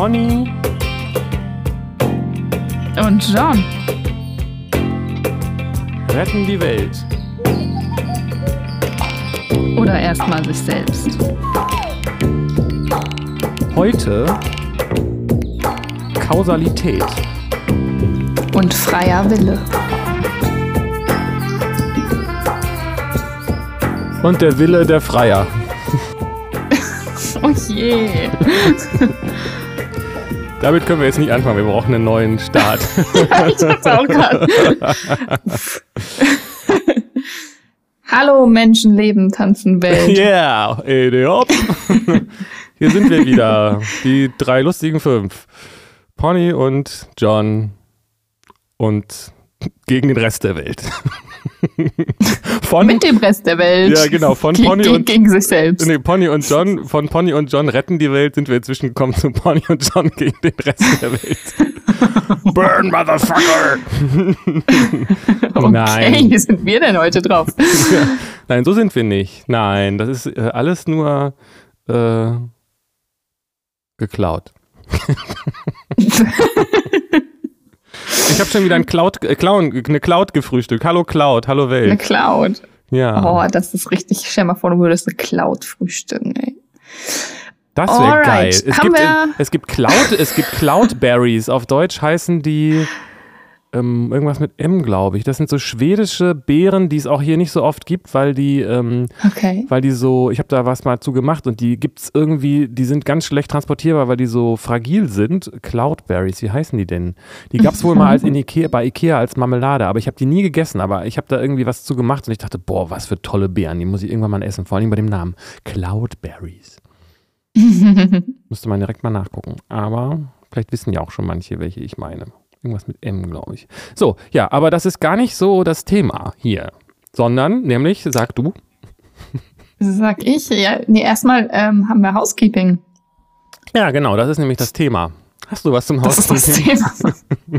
Pony und John retten die Welt. Oder erstmal sich selbst. Heute Kausalität und freier Wille. Und der Wille der Freier. Oh je. Damit können wir jetzt nicht anfangen, wir brauchen einen neuen Start. Ja, ich hab's auch gerade. Hallo Menschen, leben, tanzen, Welt. Yeah, Idiot. Hier sind wir wieder, die 3 lustigen 5. Pony und John und gegen den Rest der Welt. Mit dem Rest der Welt. Ja, genau. Von Pony und gegen sich selbst. Nee, Pony und John. Von Pony und John retten die Welt sind wir inzwischen gekommen zu Pony und John gegen den Rest der Welt. Burn, Motherfucker! Okay, Nein. wie sind wir denn heute drauf? Nein, so sind wir nicht. Nein, das ist alles nur geklaut. Ich habe schon wieder eine Cloud gefrühstückt. Hallo Cloud, hallo Welt. Eine Cloud. Ja. Oh, das ist richtig. Stell mal vor, du würdest eine Cloud frühstücken, ey. Das wäre geil. Es gibt Cloudberries. Auf Deutsch heißen die irgendwas mit M, glaube ich. Das sind so schwedische Beeren, die es auch hier nicht so oft gibt, weil die so, ich habe da was mal zu gemacht und die gibt's irgendwie, die sind ganz schlecht transportierbar, weil die so fragil sind. Cloudberries, wie heißen die denn? Die gab's wohl mal bei Ikea als Marmelade, aber ich habe die nie gegessen, aber ich habe da irgendwie was zu gemacht und ich dachte, boah, was für tolle Beeren, die muss ich irgendwann mal essen, vor allem bei dem Namen. Cloudberries. Müsste man direkt mal nachgucken, aber vielleicht wissen ja auch schon manche, welche ich meine. Irgendwas mit M, glaube ich. So, ja, aber das ist gar nicht so das Thema hier, sondern, nämlich, sag du. Sag ich? Ja, nee, erstmal haben wir Housekeeping. Ja, genau, das ist nämlich das Thema. Hast du was zum Housekeeping? Das ist das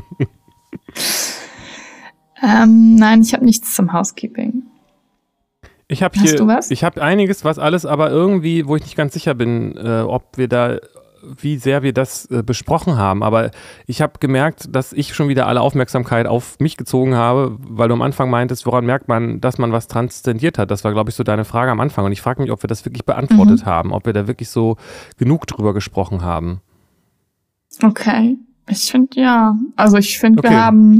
Thema. Nein, ich habe nichts zum Housekeeping. Hast du was? Ich habe einiges, was alles, aber irgendwie, wo ich nicht ganz sicher bin, wie sehr wir das besprochen haben. Aber ich habe gemerkt, dass ich schon wieder alle Aufmerksamkeit auf mich gezogen habe, weil du am Anfang meintest, woran merkt man, dass man was transzendiert hat. Das war, glaube ich, so deine Frage am Anfang. Und ich frage mich, ob wir das wirklich beantwortet haben, ob wir da wirklich so genug drüber gesprochen haben. Okay. Ich finde, ja. Also ich finde, okay. Wir haben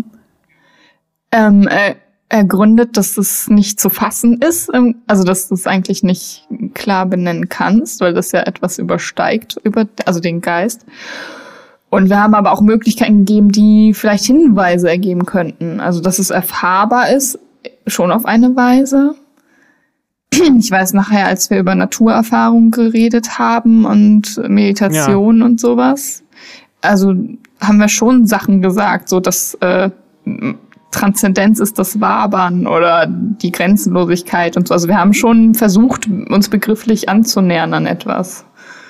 ergründet, dass es nicht zu fassen ist, also dass du es eigentlich nicht klar benennen kannst, weil das ja etwas übersteigt, also den Geist. Und wir haben aber auch Möglichkeiten gegeben, die vielleicht Hinweise ergeben könnten. Also dass es erfahrbar ist, schon auf eine Weise. Ich weiß nachher, als wir über Naturerfahrung geredet haben und Meditation und sowas, also haben wir schon Sachen gesagt, so dass Transzendenz ist das Wabern oder die Grenzenlosigkeit und so. Also wir haben schon versucht, uns begrifflich anzunähern an etwas.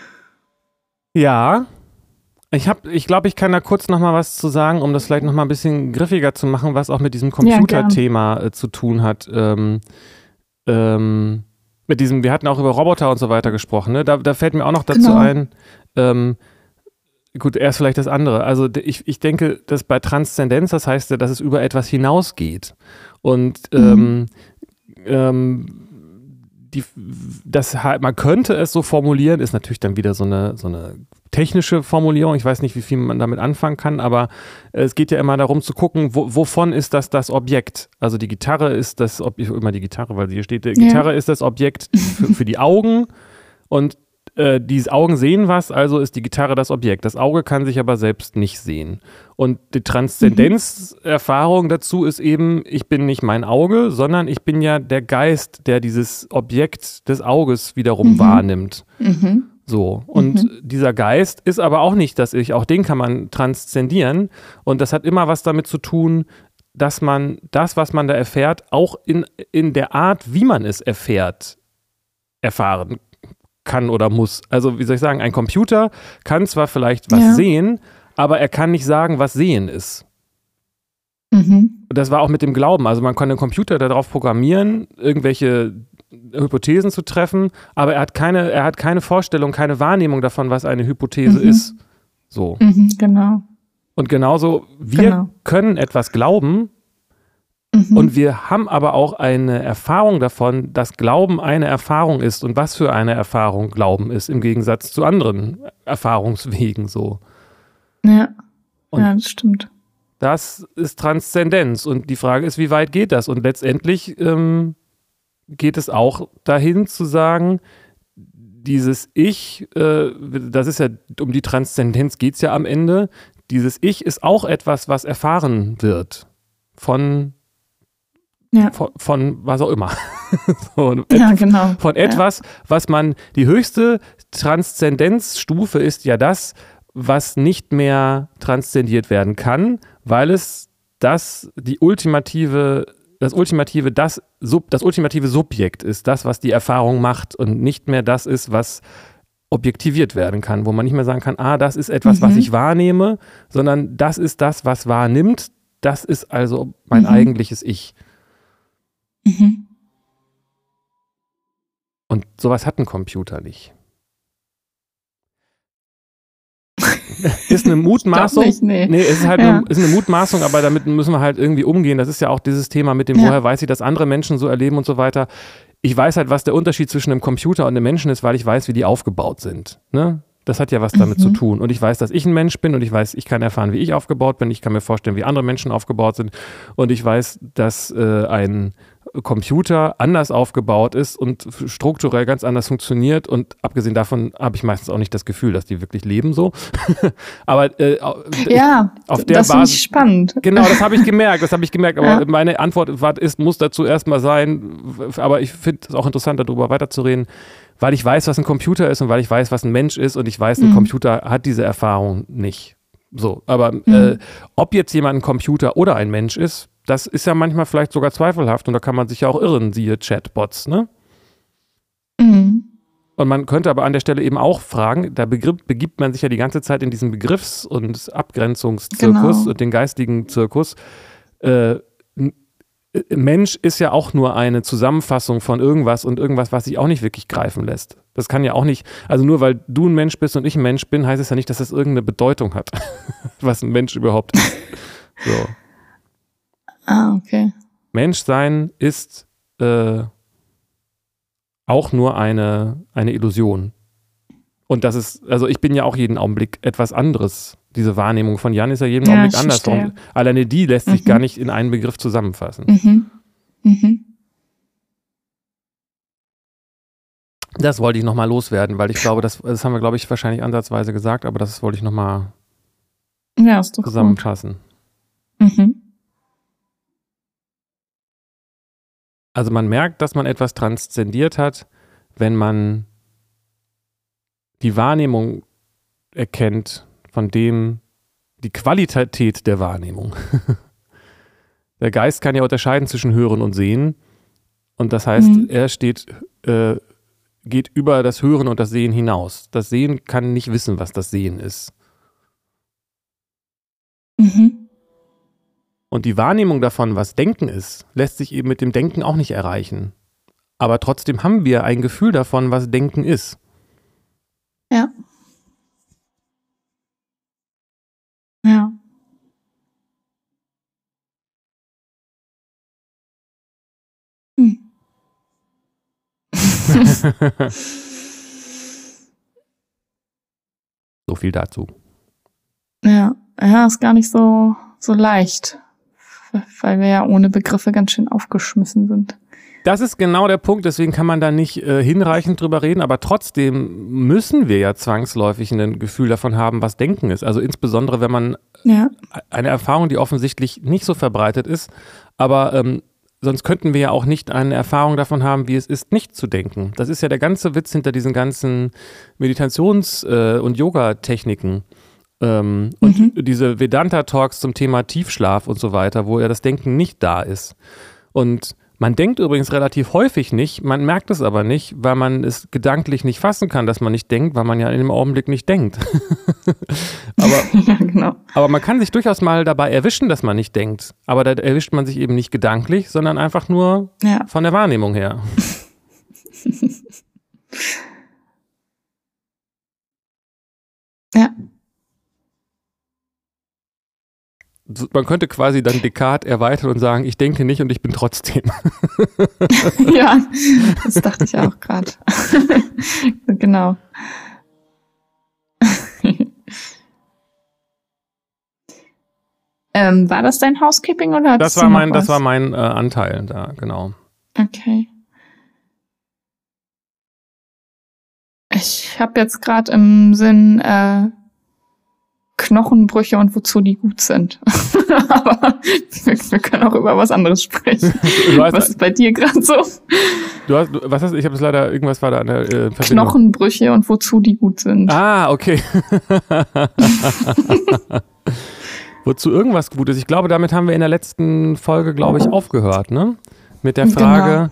Ja, ich glaube, ich kann da kurz noch mal was zu sagen, um das vielleicht noch mal ein bisschen griffiger zu machen, was auch mit diesem Computerthema zu tun hat. Mit diesem, wir hatten auch über Roboter und so weiter gesprochen, ne? Da fällt mir auch noch dazu ein, gut, erst vielleicht das andere. Also ich denke, dass bei Transzendenz, das heißt ja, dass es über etwas hinausgeht. Und man könnte es so formulieren, ist natürlich dann wieder so eine technische Formulierung. Ich weiß nicht, wie viel man damit anfangen kann, aber es geht ja immer darum zu gucken, wovon ist das Objekt? Also die Gitarre ist das Objekt, immer die Gitarre, weil hier steht, die Gitarre ist das Objekt für die Augen und die Augen sehen was, also ist die Gitarre das Objekt. Das Auge kann sich aber selbst nicht sehen. Und die Transzendenzerfahrung dazu ist eben, ich bin nicht mein Auge, sondern ich bin ja der Geist, der dieses Objekt des Auges wiederum wahrnimmt. So. Und dieser Geist ist aber auch nicht das Ich, auch den kann man transzendieren. Und das hat immer was damit zu tun, dass man das, was man da erfährt, auch in der Art, wie man es erfährt, erfahren kann oder muss. Also wie soll ich sagen, ein Computer kann zwar vielleicht was sehen, aber er kann nicht sagen, was Sehen ist. Das war auch mit dem Glauben. Also man kann den Computer darauf programmieren, irgendwelche Hypothesen zu treffen, aber er hat keine Vorstellung, keine Wahrnehmung davon, was eine Hypothese ist. So. Genau. Und genauso, wir können etwas glauben und wir haben aber auch eine Erfahrung davon, dass Glauben eine Erfahrung ist und was für eine Erfahrung Glauben ist, im Gegensatz zu anderen Erfahrungswegen so. Ja, und ja, das stimmt. Das ist Transzendenz und die Frage ist, wie weit geht das? Und letztendlich geht es auch dahin zu sagen, dieses Ich, das ist ja, um die Transzendenz geht es ja am Ende, dieses Ich ist auch etwas, was erfahren wird von was auch immer. Genau. Von etwas, was man, die höchste Transzendenzstufe ist ja das, was nicht mehr transzendiert werden kann, weil es das ultimative Subjekt ist, das, was die Erfahrung macht und nicht mehr das ist, was objektiviert werden kann, wo man nicht mehr sagen kann, das ist etwas, was ich wahrnehme, sondern das ist das, was wahrnimmt, das ist also mein eigentliches Ich. Und sowas hat ein Computer nicht. Ist eine Mutmaßung. Nicht, nee, es ist halt ist eine Mutmaßung, aber damit müssen wir halt irgendwie umgehen. Das ist ja auch dieses Thema mit dem, woher weiß ich, dass andere Menschen so erleben und so weiter. Ich weiß halt, was der Unterschied zwischen einem Computer und einem Menschen ist, weil ich weiß, wie die aufgebaut sind. Ne? Das hat ja was damit zu tun. Und ich weiß, dass ich ein Mensch bin und ich weiß, ich kann erfahren, wie ich aufgebaut bin. Ich kann mir vorstellen, wie andere Menschen aufgebaut sind. Und ich weiß, dass ein Computer anders aufgebaut ist und strukturell ganz anders funktioniert. Und abgesehen davon habe ich meistens auch nicht das Gefühl, dass die wirklich leben so. Aber auf der das Basis. Ist spannend. Genau, das habe ich gemerkt. Aber meine Antwort muss dazu erstmal sein, aber ich finde es auch interessant, darüber weiterzureden, weil ich weiß, was ein Computer ist und weil ich weiß, was ein Mensch ist und ich weiß, ein Computer hat diese Erfahrung nicht. So, aber ob jetzt jemand ein Computer oder ein Mensch ist, das ist ja manchmal vielleicht sogar zweifelhaft und da kann man sich ja auch irren, siehe Chatbots, ne? Und man könnte aber an der Stelle eben auch fragen, da begibt man sich ja die ganze Zeit in diesen Begriffs- und Abgrenzungszirkus und den geistigen Zirkus. Mensch ist ja auch nur eine Zusammenfassung von irgendwas und irgendwas, was sich auch nicht wirklich greifen lässt. Das kann ja auch nicht, also nur weil du ein Mensch bist und ich ein Mensch bin, heißt es ja nicht, dass es irgendeine Bedeutung hat, was ein Mensch überhaupt ist. So. Okay. Menschsein ist auch nur eine Illusion. Und das ist, also ich bin ja auch jeden Augenblick etwas anderes. Diese Wahrnehmung von Jan ist ja jeden Augenblick anders. Alleine die lässt sich gar nicht in einen Begriff zusammenfassen. Das wollte ich nochmal loswerden, weil ich glaube, das haben wir, glaube ich, wahrscheinlich ansatzweise gesagt, aber das wollte ich nochmal zusammenfassen. Also man merkt, dass man etwas transzendiert hat, wenn man die Wahrnehmung erkennt, von dem die Qualität der Wahrnehmung. Der Geist kann ja unterscheiden zwischen Hören und Sehen. Und das heißt, er geht über das Hören und das Sehen hinaus. Das Sehen kann nicht wissen, was das Sehen ist. Und die Wahrnehmung davon, was Denken ist, lässt sich eben mit dem Denken auch nicht erreichen. Aber trotzdem haben wir ein Gefühl davon, was Denken ist. Ja. Ja. So viel dazu. Ja, ist gar nicht so leicht, weil wir ja ohne Begriffe ganz schön aufgeschmissen sind. Das ist genau der Punkt, deswegen kann man da nicht hinreichend drüber reden, aber trotzdem müssen wir ja zwangsläufig ein Gefühl davon haben, was Denken ist. Also insbesondere, wenn man eine Erfahrung, die offensichtlich nicht so verbreitet ist, aber sonst könnten wir ja auch nicht eine Erfahrung davon haben, wie es ist, nicht zu denken. Das ist ja der ganze Witz hinter diesen ganzen Meditations- und Yoga-Techniken. Und diese Vedanta-Talks zum Thema Tiefschlaf und so weiter, wo ja das Denken nicht da ist. Und man denkt übrigens relativ häufig nicht, man merkt es aber nicht, weil man es gedanklich nicht fassen kann, dass man nicht denkt, weil man ja in dem Augenblick nicht denkt. Aber man kann sich durchaus mal dabei erwischen, dass man nicht denkt. Aber da erwischt man sich eben nicht gedanklich, sondern einfach nur von der Wahrnehmung her. Ja. Man könnte quasi dann Descartes erweitern und sagen, ich denke nicht und ich bin trotzdem. Ja, das dachte ich auch gerade. Genau. War das dein Housekeeping oder hattest Das war mein Anteil da, genau. Okay. Ich habe jetzt gerade im Sinn Knochenbrüche und wozu die gut sind. Aber wir können auch über was anderes sprechen. Was ist bei dir gerade so? Was hast du? Ich habe es leider, irgendwas war da an der Verbindung. Knochenbrüche und wozu die gut sind. Ah, okay. Wozu irgendwas gut ist. Ich glaube, damit haben wir in der letzten Folge, glaube ich, aufgehört, ne? Mit der Frage,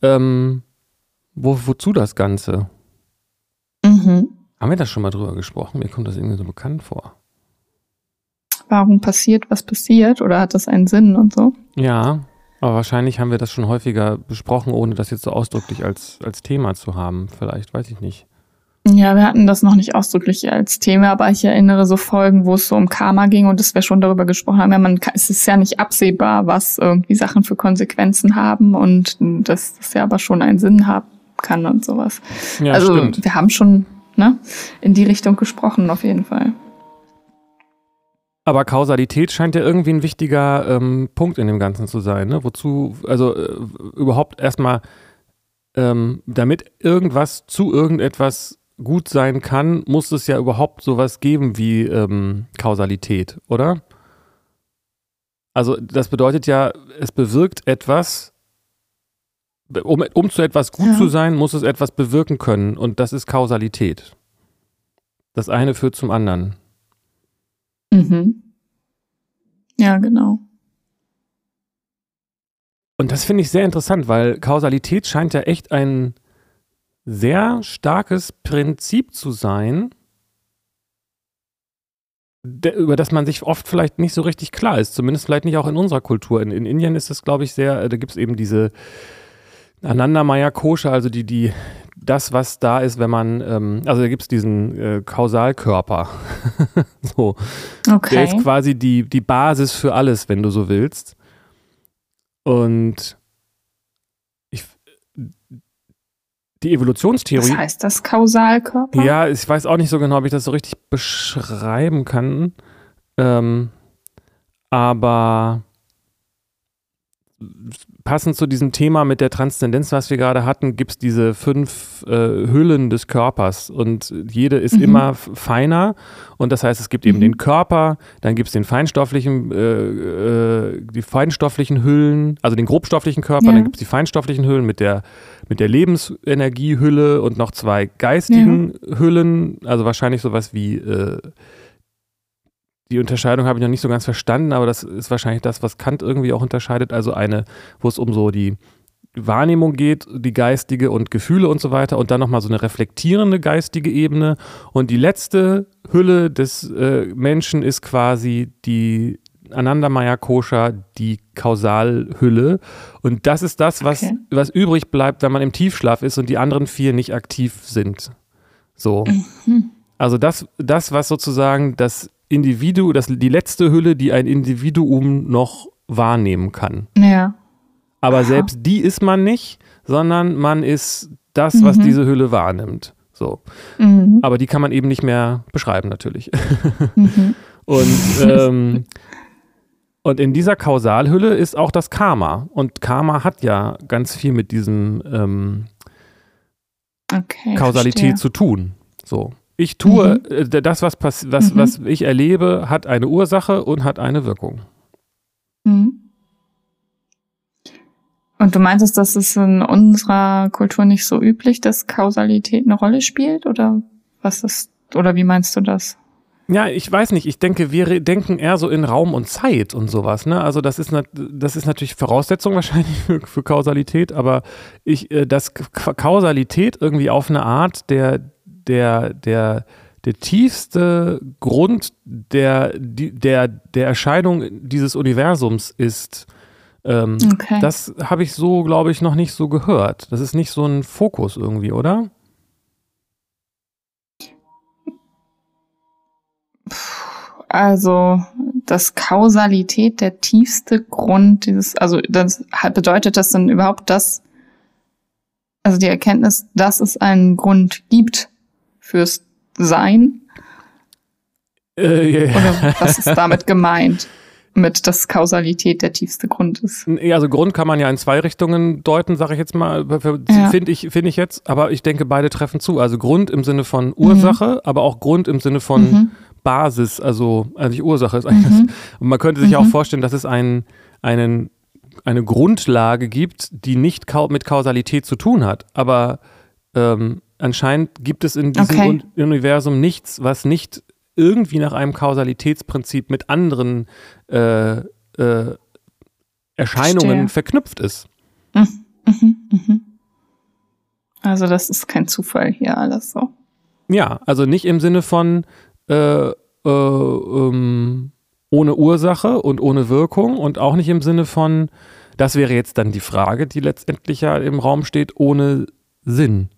wozu das Ganze? Mhm. Haben wir da schon mal drüber gesprochen? Mir kommt das irgendwie so bekannt vor. Warum passiert, was passiert? Oder hat das einen Sinn und so? Ja, aber wahrscheinlich haben wir das schon häufiger besprochen, ohne das jetzt so ausdrücklich als Thema zu haben. Vielleicht, weiß ich nicht. Ja, wir hatten das noch nicht ausdrücklich als Thema, aber ich erinnere so Folgen, wo es so um Karma ging und dass wir schon darüber gesprochen haben. Ja, es ist ja nicht absehbar, was irgendwie Sachen für Konsequenzen haben und dass das ja aber schon einen Sinn haben kann und sowas. Ja, also stimmt. Wir haben schon in die Richtung gesprochen, auf jeden Fall. Aber Kausalität scheint ja irgendwie ein wichtiger Punkt in dem Ganzen zu sein. Ne? Wozu, also überhaupt erstmal, damit irgendwas zu irgendetwas gut sein kann, muss es ja überhaupt sowas geben wie Kausalität, oder? Also das bedeutet ja, es bewirkt etwas, um zu etwas gut zu sein, muss es etwas bewirken können und das ist Kausalität. Das eine führt zum anderen. Mhm. Ja, genau. Und das finde ich sehr interessant, weil Kausalität scheint ja echt ein sehr starkes Prinzip zu sein, über das man sich oft vielleicht nicht so richtig klar ist, zumindest vielleicht nicht auch in unserer Kultur. In Indien ist es, glaube ich, sehr, da gibt es eben diese Ananda Maya Kosha, also das, was da ist, wenn man, also da gibt es diesen Kausalkörper. So. Okay. Der ist quasi die Basis für alles, wenn du so willst. Und die Evolutionstheorie. Was heißt das Kausalkörper? Ja, ich weiß auch nicht so genau, ob ich das so richtig beschreiben kann. Aber passend zu diesem Thema mit der Transzendenz, was wir gerade hatten, gibt es diese 5 Hüllen des Körpers und jede ist immer feiner und das heißt, es gibt eben den Körper, dann gibt es den feinstofflichen, die feinstofflichen Hüllen, also den grobstofflichen Körper, dann gibt es die feinstofflichen Hüllen mit der Lebensenergiehülle und noch 2 geistigen Hüllen, also wahrscheinlich sowas wie die Unterscheidung habe ich noch nicht so ganz verstanden, aber das ist wahrscheinlich das, was Kant irgendwie auch unterscheidet. Also eine, wo es um so die Wahrnehmung geht, die geistige und Gefühle und so weiter und dann nochmal so eine reflektierende geistige Ebene. Und die letzte Hülle des Menschen ist quasi die Ananda Maya Kosha, die Kausalhülle. Und das ist das, was übrig bleibt, wenn man im Tiefschlaf ist und die anderen 4 nicht aktiv sind. So. Also das, was sozusagen das Individuum, die letzte Hülle, die ein Individuum noch wahrnehmen kann. Ja. Aber selbst die ist man nicht, sondern man ist das, was diese Hülle wahrnimmt. So. Aber die kann man eben nicht mehr beschreiben, natürlich. Und in dieser Kausalhülle ist auch das Karma. Und Karma hat ja ganz viel mit diesem Kausalität zu tun. So. Ich tue, das, was ich erlebe, hat eine Ursache und hat eine Wirkung. Und du meintest, dass es in unserer Kultur nicht so üblich, dass Kausalität eine Rolle spielt? Oder wie meinst du das? Ja, ich weiß nicht. Ich denke, wir denken eher so in Raum und Zeit und sowas. Ne? Also das ist natürlich Voraussetzung wahrscheinlich für Kausalität, aber dass Kausalität irgendwie auf eine Art der tiefste Grund der Erscheinung dieses Universums ist. Das habe ich so, glaube ich, noch nicht so gehört. Das ist nicht so ein Fokus irgendwie, oder? Also, dass Kausalität der tiefste Grund das bedeutet das dann überhaupt also die Erkenntnis, dass es einen Grund gibt fürs Sein? Oder was ist damit gemeint? Mit, dass Kausalität der tiefste Grund ist. Also Grund kann man ja in zwei Richtungen deuten, sage ich jetzt mal, finde ich jetzt, aber ich denke, beide treffen zu. Also Grund im Sinne von Ursache, aber auch Grund im Sinne von Basis, also eigentlich Ursache ist eigentlich das. Und man könnte sich auch vorstellen, dass es eine Grundlage gibt, die nicht mit Kausalität zu tun hat, aber anscheinend gibt es in diesem Universum nichts, was nicht irgendwie nach einem Kausalitätsprinzip mit anderen Erscheinungen verknüpft ist. Also das ist kein Zufall hier alles so. Ja, also nicht im Sinne von ohne Ursache und ohne Wirkung und auch nicht im Sinne von, das wäre jetzt dann die Frage, die letztendlich ja im Raum steht, ohne Sinn.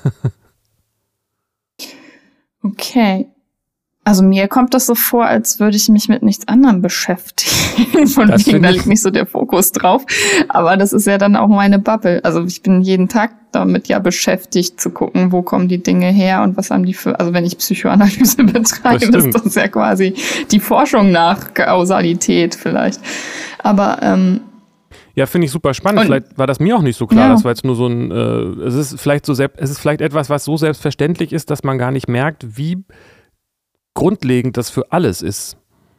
Okay. Also mir kommt das so vor, als würde ich mich mit nichts anderem beschäftigen. Von wegen, da liegt nicht so der Fokus drauf. Aber das ist ja dann auch meine Bubble. Also ich bin jeden Tag damit ja beschäftigt, zu gucken, wo kommen die Dinge her und was haben die für, also wenn ich Psychoanalyse betreibe, ist das ja quasi die Forschung nach Kausalität vielleicht. Aber ja, finde ich super spannend. Vielleicht war das mir auch nicht so klar. Das war jetzt nur so ein, es ist vielleicht etwas, was so selbstverständlich ist, dass man gar nicht merkt, wie grundlegend das für alles ist.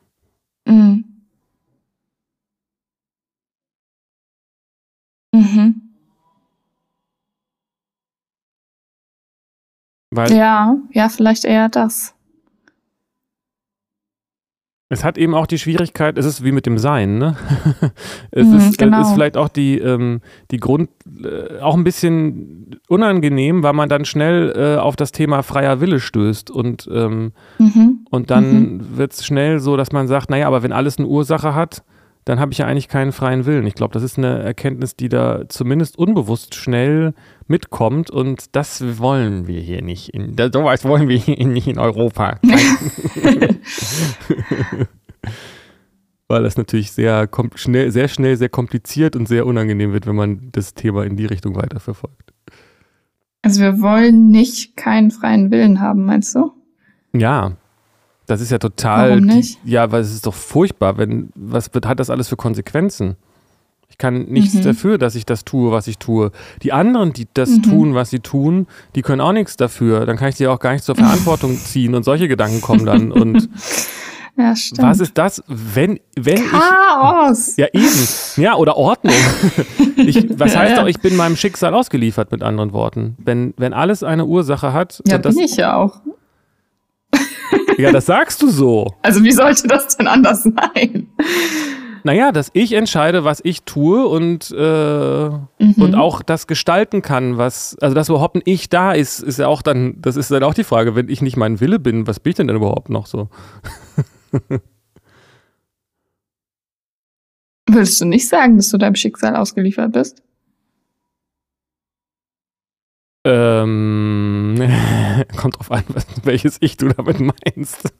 Weil ja, vielleicht eher das. Es hat eben auch die Schwierigkeit, es ist wie mit dem Sein, ne? Es ist vielleicht auch die Grund, auch ein bisschen unangenehm, weil man dann schnell auf das Thema freier Wille stößt und dann wird es schnell so, dass man sagt, naja, aber wenn alles eine Ursache hat, dann habe ich ja eigentlich keinen freien Willen. Ich glaube, das ist eine Erkenntnis, die da zumindest unbewusst schnell mitkommt und das wollen wir hier nicht. Sowas wollen wir hier nicht in Europa. Weil das natürlich sehr schnell, sehr kompliziert und sehr unangenehm wird, wenn man das Thema in die Richtung weiterverfolgt. Also wir wollen nicht keinen freien Willen haben, meinst du? Ja. Das ist ja total, warum nicht? Weil es ist doch furchtbar, hat das alles für Konsequenzen? Ich kann nichts dafür, dass ich das tue, was ich tue. Die anderen, die das tun, was sie tun, die können auch nichts dafür. Dann kann ich sie auch gar nicht zur Verantwortung ziehen und solche Gedanken kommen dann. Und ja, stimmt. was ist das, wenn Chaos! Ja, eben. Ja, oder Ordnung. Was heißt doch, ich bin meinem Schicksal ausgeliefert, mit anderen Worten. Wenn alles eine Ursache hat. Ja, bin ich ja auch. Ja, das sagst du so. Also wie sollte das denn anders sein? Naja, dass ich entscheide, was ich tue und auch das gestalten kann, also dass überhaupt ein Ich da ist, ist ja auch dann, das ist dann auch die Frage, wenn ich nicht mein Wille bin, was bin ich denn überhaupt noch so? Würdest du nicht sagen, dass du deinem Schicksal ausgeliefert bist? Kommt drauf an, welches Ich du damit meinst.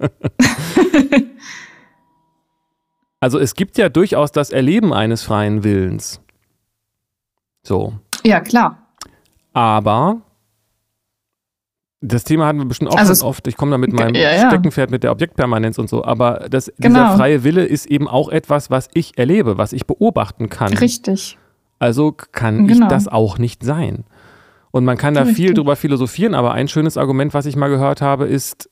Also es gibt ja durchaus das Erleben eines freien Willens. So. Ja, klar. Aber das Thema hatten wir bestimmt auch schon oft. Ich komme da mit meinem Steckenpferd mit der Objektpermanenz und so. Aber dieser freie Wille ist eben auch etwas, was ich erlebe, was ich beobachten kann. Richtig. Also kann ich das auch nicht sein. Und man kann da viel drüber philosophieren, aber ein schönes Argument, was ich mal gehört habe, ist,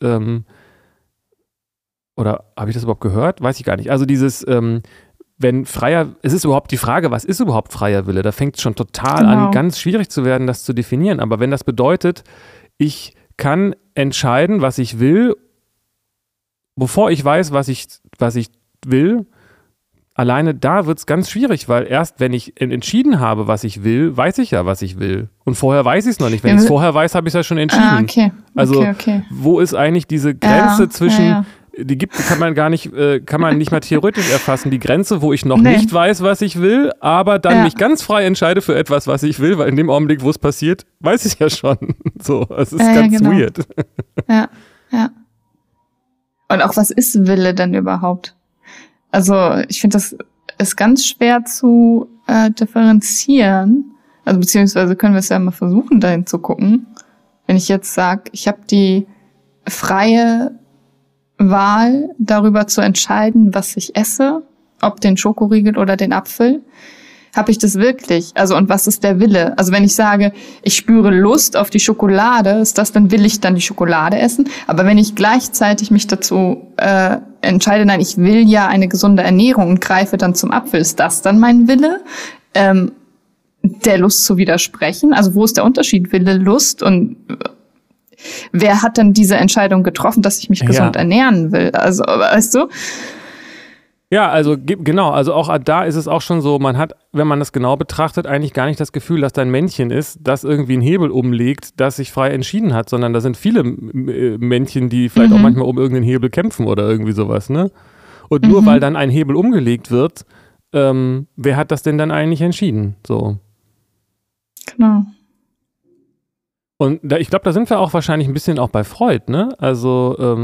oder habe ich das überhaupt gehört? Weiß ich gar nicht. Also dieses, es ist überhaupt die Frage, was ist überhaupt freier Wille? Da fängt es schon total an, ganz schwierig zu werden, das zu definieren. Aber wenn das bedeutet, ich kann entscheiden, was ich will, bevor ich weiß, was ich will, alleine da wird es ganz schwierig, weil erst wenn ich entschieden habe, was ich will, weiß ich ja, was ich will. Und vorher weiß ich es noch nicht. Wenn ich es vorher weiß, habe ich es ja schon entschieden. Okay. Also wo ist eigentlich diese Grenze zwischen, die kann man nicht mal theoretisch erfassen, die Grenze, wo ich noch nicht weiß, was ich will, aber dann mich ganz frei entscheide für etwas, was ich will, weil in dem Augenblick, wo es passiert, weiß ich ja schon. So, es ist ganz weird. Ja. Und auch, was ist Wille denn überhaupt? Also ich finde, das ist ganz schwer zu differenzieren. Also beziehungsweise können wir es ja mal versuchen, dahin zu gucken. Wenn ich jetzt sage, ich habe die freie Wahl, darüber zu entscheiden, was ich esse, ob den Schokoriegel oder den Apfel, habe ich das wirklich? Also und was ist der Wille? Also wenn ich sage, ich spüre Lust auf die Schokolade, ist das, dann will ich dann die Schokolade essen? Aber wenn ich gleichzeitig mich dazu entscheide, nein, ich will ja eine gesunde Ernährung und greife dann zum Apfel, ist das dann mein Wille? Der Lust zu widersprechen? Also wo ist der Unterschied? Wille, Lust und wer hat denn diese Entscheidung getroffen, dass ich mich gesund ernähren will? Also, weißt du? Ja, also genau, also auch da ist es auch schon so, man hat, wenn man das genau betrachtet, eigentlich gar nicht das Gefühl, dass da ein Männchen ist, das irgendwie einen Hebel umlegt, das sich frei entschieden hat, sondern da sind viele Männchen, die vielleicht auch manchmal um irgendeinen Hebel kämpfen oder irgendwie sowas, ne? Und nur weil dann ein Hebel umgelegt wird, wer hat das denn dann eigentlich entschieden? So. Genau. Und ich glaube, da sind wir auch wahrscheinlich ein bisschen auch bei Freud, ne? Also,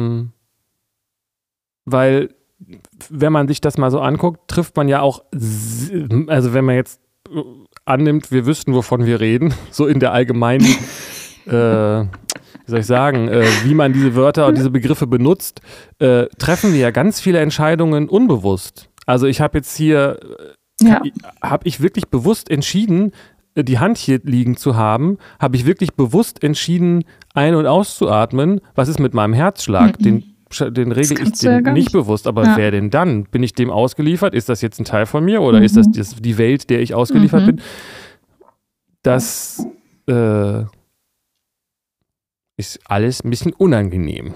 weil, wenn man sich das mal so anguckt, trifft man ja auch, also wenn man jetzt annimmt, wir wüssten, wovon wir reden, so in der allgemeinen, wie soll ich sagen, wie man diese Wörter und diese Begriffe benutzt, treffen wir ja ganz viele Entscheidungen unbewusst. Also ich habe jetzt hier, habe ich wirklich bewusst entschieden, die Hand hier liegen zu haben, habe ich wirklich bewusst entschieden, ein- und auszuatmen. Was ist mit meinem Herzschlag? Den regel ich nicht bewusst, aber wer denn dann? Bin ich dem ausgeliefert? Ist das jetzt ein Teil von mir oder ist das die Welt, der ich ausgeliefert bin? Das ist alles ein bisschen unangenehm.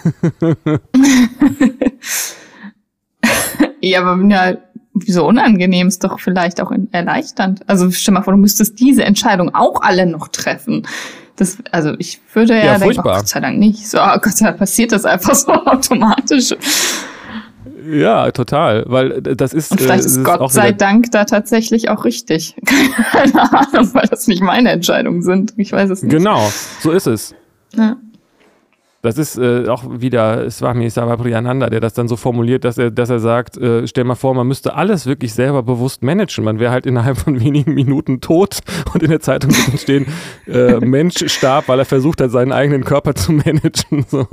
Ja, aber wieso unangenehm? Ist doch vielleicht auch erleichternd. Also stell mal vor, du müsstest diese Entscheidung auch alle noch treffen. Also ich würde ja denken, oh, Gott sei Dank nicht. So, oh Gott sei Dank passiert das einfach so automatisch. Ja, total, weil das ist... Und vielleicht ist Gott sei Dank da tatsächlich auch richtig. Keine Ahnung, weil das nicht meine Entscheidungen sind. Ich weiß es nicht. Genau, so ist es. Ja. Das ist auch wieder Swami Savapriyananda, der das dann so formuliert, dass er sagt, stell mal vor, man müsste alles wirklich selber bewusst managen. Man wäre halt innerhalb von wenigen Minuten tot und in der Zeitung würde stehen, Mensch starb, weil er versucht hat, seinen eigenen Körper zu managen. So.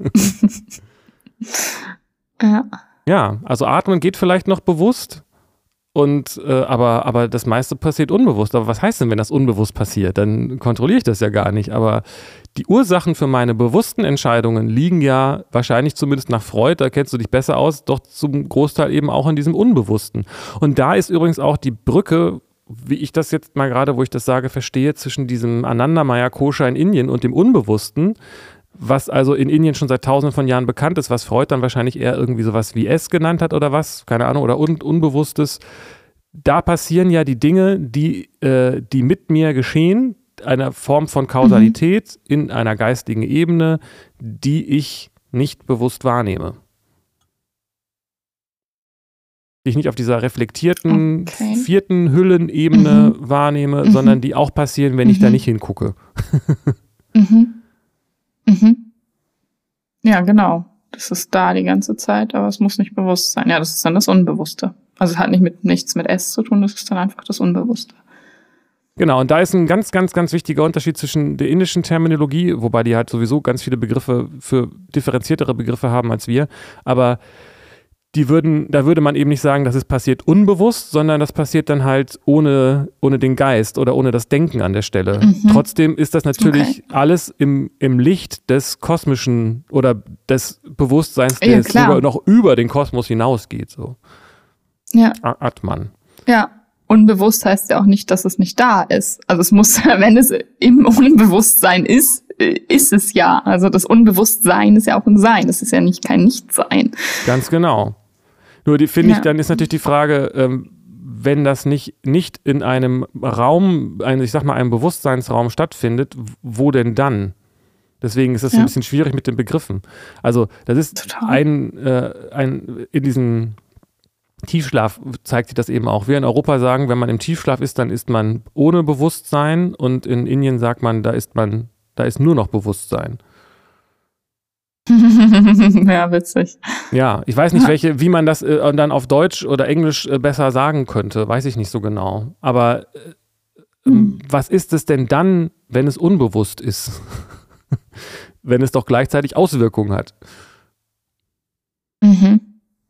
Ja, also atmen geht vielleicht noch bewusst. Aber das meiste passiert unbewusst. Aber was heißt denn, wenn das unbewusst passiert? Dann kontrolliere ich das ja gar nicht. Aber die Ursachen für meine bewussten Entscheidungen liegen ja wahrscheinlich zumindest nach Freud, da kennst du dich besser aus, doch zum Großteil eben auch in diesem Unbewussten. Und da ist übrigens auch die Brücke, wie ich das jetzt mal gerade, wo ich das sage, verstehe, zwischen diesem Anandamaya Kosha in Indien und dem Unbewussten, was also in Indien schon seit tausenden von Jahren bekannt ist, was Freud dann wahrscheinlich eher irgendwie sowas wie S genannt hat oder was, keine Ahnung, oder Unbewusstes. Da passieren ja die Dinge, die mit mir geschehen, einer Form von Kausalität in einer geistigen Ebene, die ich nicht bewusst wahrnehme. Die ich nicht auf dieser reflektierten, vierten Hüllenebene wahrnehme, sondern die auch passieren, wenn ich da nicht hingucke. Ja, genau. Das ist da die ganze Zeit, aber es muss nicht bewusst sein. Ja, das ist dann das Unbewusste. Also es hat nichts mit S zu tun, das ist dann einfach das Unbewusste. Genau, und da ist ein ganz, ganz, ganz wichtiger Unterschied zwischen der indischen Terminologie, wobei die halt sowieso ganz viele Begriffe für differenziertere Begriffe haben als wir, aber da würde man eben nicht sagen, dass es passiert unbewusst, sondern das passiert dann halt ohne den Geist oder ohne das Denken an der Stelle. Trotzdem ist das natürlich alles im Licht des Kosmischen oder des Bewusstseins, der sogar noch über den Kosmos hinausgeht. So. Ja. Atman. Ja. Unbewusst heißt ja auch nicht, dass es nicht da ist. Also es muss, wenn es im Unbewusstsein ist es ja. Also das Unbewusstsein ist ja auch ein Sein. Das ist ja kein Nichtsein. Ganz genau. Nur dann ist natürlich die Frage, wenn das nicht in einem Raum, einem Bewusstseinsraum stattfindet, wo denn dann? Deswegen ist das ein bisschen schwierig mit den Begriffen. Also das ist in diesem Tiefschlaf zeigt sich das eben auch. Wir in Europa sagen, wenn man im Tiefschlaf ist, dann ist man ohne Bewusstsein und in Indien sagt man, da ist nur noch Bewusstsein. Ja, witzig. Ja, ich weiß nicht, wie man das dann auf Deutsch oder Englisch besser sagen könnte, weiß ich nicht so genau. Aber was ist es denn dann, wenn es unbewusst ist? Wenn es doch gleichzeitig Auswirkungen hat. Mhm.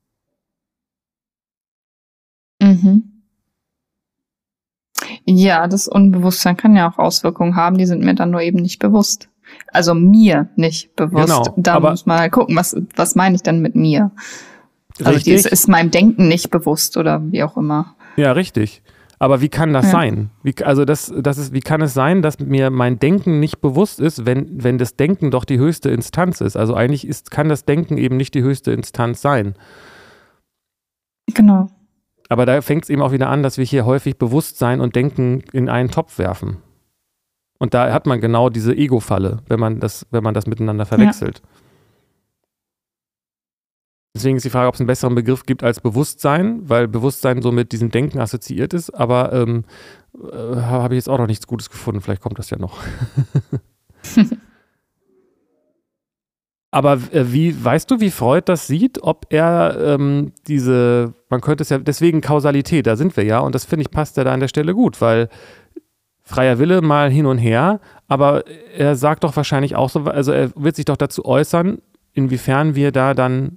Ja, das Unbewusstsein kann ja auch Auswirkungen haben, die sind mir dann nur eben nicht bewusst. Also mir nicht bewusst. Genau, da muss man halt gucken, was meine ich denn mit mir? Also ist meinem Denken nicht bewusst oder wie auch immer. Ja, richtig. Aber wie kann das sein? Wie kann es sein, dass mir mein Denken nicht bewusst ist, wenn das Denken doch die höchste Instanz ist? Also eigentlich kann das Denken eben nicht die höchste Instanz sein. Genau. Aber da fängt es eben auch wieder an, dass wir hier häufig Bewusstsein und Denken in einen Topf werfen. Und da hat man genau diese Ego-Falle, wenn man das miteinander verwechselt. Ja. Deswegen ist die Frage, ob es einen besseren Begriff gibt als Bewusstsein, weil Bewusstsein so mit diesem Denken assoziiert ist, aber habe ich jetzt auch noch nichts Gutes gefunden, vielleicht kommt das ja noch. Aber weißt du, wie Freud das sieht, ob er man könnte es ja, deswegen Kausalität, da sind wir ja, und das finde ich passt ja da an der Stelle gut, weil freier Wille mal hin und her, aber er sagt doch wahrscheinlich auch so, also er wird sich doch dazu äußern, inwiefern wir da dann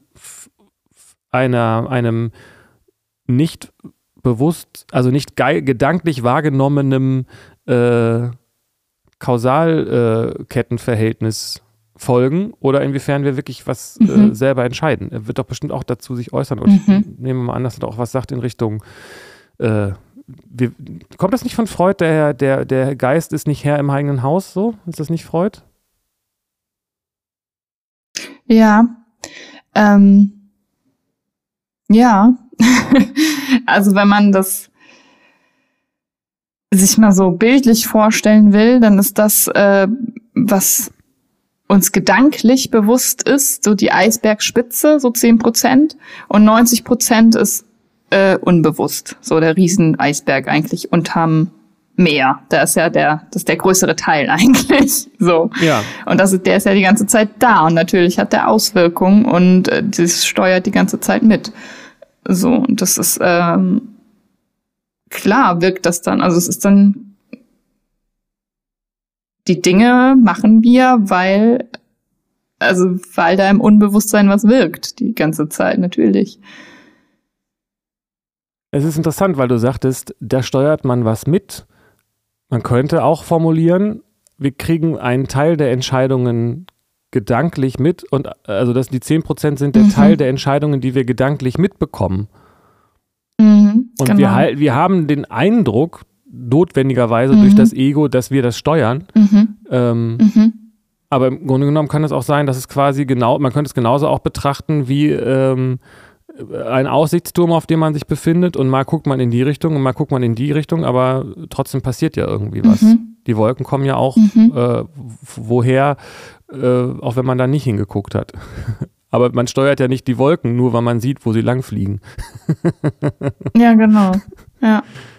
einem nicht bewusst, also nicht gedanklich wahrgenommenem Kausalkettenverhältnis folgen oder inwiefern wir wirklich was selber entscheiden. Er wird doch bestimmt auch dazu sich äußern und ich nehme mal an, dass er da auch was sagt in Richtung kommt das nicht von Freud, der Geist ist nicht Herr im eigenen Haus, so? Ist das nicht Freud? Ja. Ja. Also wenn man das sich mal so bildlich vorstellen will, dann ist das, was uns gedanklich bewusst ist, so die Eisbergspitze, so 10%, und 90% ist unbewusst, so der Rieseneisberg eigentlich unterm Meer. Das ist der größere Teil eigentlich. So. Ja. Und der ist ja die ganze Zeit da und natürlich hat der Auswirkungen und das steuert die ganze Zeit mit. So, und das ist klar wirkt das dann. Also es ist dann die Dinge machen wir, weil da im Unbewusstsein was wirkt die ganze Zeit, natürlich. Es ist interessant, weil du sagtest, da steuert man was mit. Man könnte auch formulieren, wir kriegen einen Teil der Entscheidungen gedanklich mit und also dass die 10% sind der Teil der Entscheidungen, die wir gedanklich mitbekommen. Und genau. wir haben den Eindruck, notwendigerweise durch das Ego, dass wir das steuern. Aber im Grunde genommen kann es auch sein, dass es quasi man könnte es genauso auch betrachten wie ein Aussichtsturm, auf dem man sich befindet und mal guckt man in die Richtung und mal guckt man in die Richtung, aber trotzdem passiert ja irgendwie was. Die Wolken kommen ja auch woher, auch wenn man da nicht hingeguckt hat. Aber man steuert ja nicht die Wolken, nur weil man sieht, wo sie langfliegen. Ja, genau. Ja.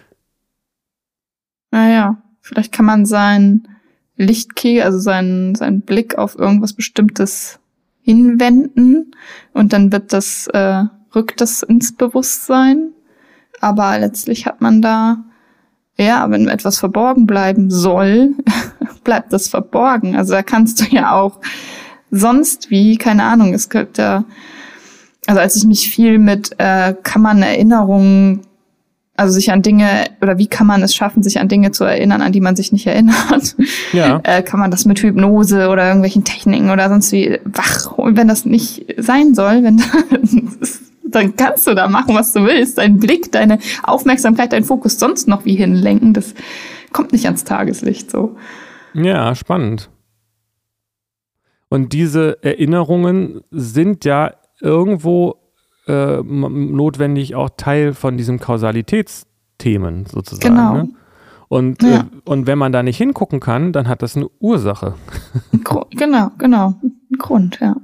Naja, vielleicht kann man seinen Lichtkegel, also seinen Blick auf irgendwas Bestimmtes hinwenden und dann rückt das ins Bewusstsein. Aber letztlich hat man da, ja, wenn etwas verborgen bleiben soll, bleibt das verborgen. Also da kannst du ja auch sonst wie, keine Ahnung, es gibt ja, also als ich mich viel mit, kann man Erinnerungen, also sich an Dinge, oder wie kann man es schaffen, sich an Dinge zu erinnern, an die man sich nicht erinnert? Ja. Kann man das mit Hypnose oder irgendwelchen Techniken oder sonst wie und wenn das nicht sein soll, dann kannst du da machen, was du willst. Dein Blick, deine Aufmerksamkeit, dein Fokus sonst noch wie hinlenken, das kommt nicht ans Tageslicht so. Ja, spannend. Und diese Erinnerungen sind ja irgendwo notwendig auch Teil von diesem Kausalitätsthemen sozusagen. Genau. Ne? Und wenn man da nicht hingucken kann, dann hat das eine Ursache. Genau. Ein Grund, ja.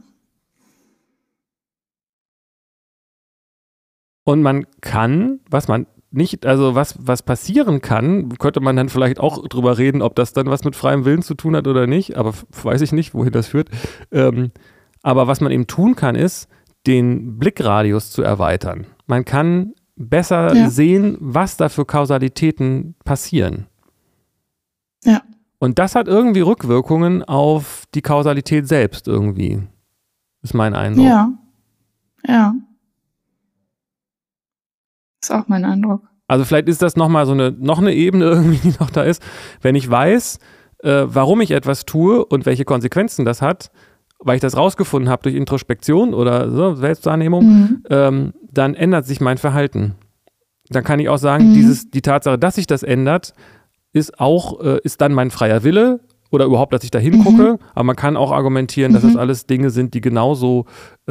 Und man kann, was passieren kann, könnte man dann vielleicht auch drüber reden, ob das dann was mit freiem Willen zu tun hat oder nicht, aber weiß ich nicht, wohin das führt. Aber was man eben tun kann, ist, den Blickradius zu erweitern. Man kann besser sehen, was da für Kausalitäten passieren. Ja. Und das hat irgendwie Rückwirkungen auf die Kausalität selbst irgendwie. Ist mein Eindruck. Ja. Ja. Ist auch mein Eindruck. Also vielleicht ist das noch eine Ebene irgendwie, die noch da ist. Wenn ich weiß, warum ich etwas tue und welche Konsequenzen das hat, weil ich das rausgefunden habe durch Introspektion oder so, Selbstwahrnehmung, dann ändert sich mein Verhalten. Dann kann ich auch sagen, die Tatsache, dass sich das ändert, ist dann mein freier Wille oder überhaupt, dass ich da hingucke. Aber man kann auch argumentieren, dass das alles Dinge sind, die genauso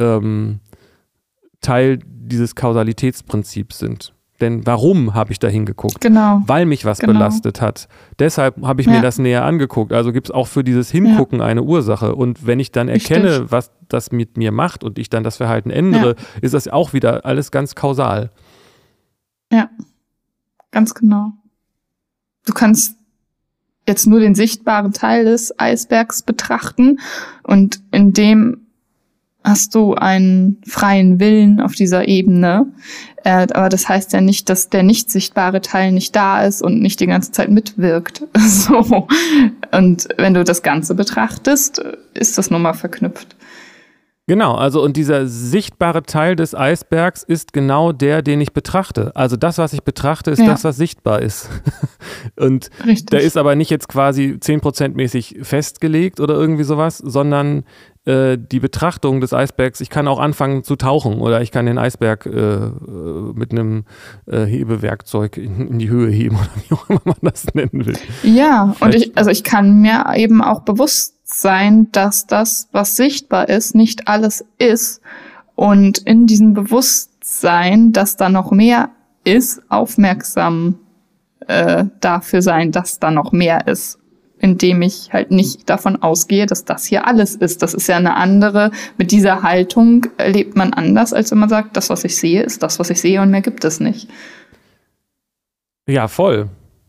Teil dieses Kausalitätsprinzips sind. Denn warum habe ich da hingeguckt? Genau. Weil mich was belastet hat. Deshalb habe ich mir das näher angeguckt. Also gibt es auch für dieses Hingucken eine Ursache. Und wenn ich dann erkenne, was das mit mir macht und ich dann das Verhalten ändere, ist das auch wieder alles ganz kausal. Ja, ganz genau. Du kannst jetzt nur den sichtbaren Teil des Eisbergs betrachten und in dem hast du einen freien Willen auf dieser Ebene. Aber das heißt ja nicht, dass der nicht sichtbare Teil nicht da ist und nicht die ganze Zeit mitwirkt. So. Und wenn du das Ganze betrachtest, ist das nun mal verknüpft. Genau, also und dieser sichtbare Teil des Eisbergs ist genau der, den ich betrachte. Also das, was ich betrachte, ist das, was sichtbar ist. Und der ist aber nicht jetzt quasi 10% mäßig festgelegt oder irgendwie sowas, sondern die Betrachtung des Eisbergs, ich kann auch anfangen zu tauchen oder ich kann den Eisberg mit einem Hebewerkzeug in die Höhe heben oder wie auch immer man das nennen will. Ja, und ich kann mir eben auch bewusst sein, dass das, was sichtbar ist, nicht alles ist und in diesem Bewusstsein, dass da noch mehr ist, aufmerksam dafür sein, dass da noch mehr ist, indem ich halt nicht davon ausgehe, dass das hier alles ist. Das ist ja eine andere, mit dieser Haltung lebt man anders, als wenn man sagt, das, was ich sehe, ist das, was ich sehe und mehr gibt es nicht. Ja, voll.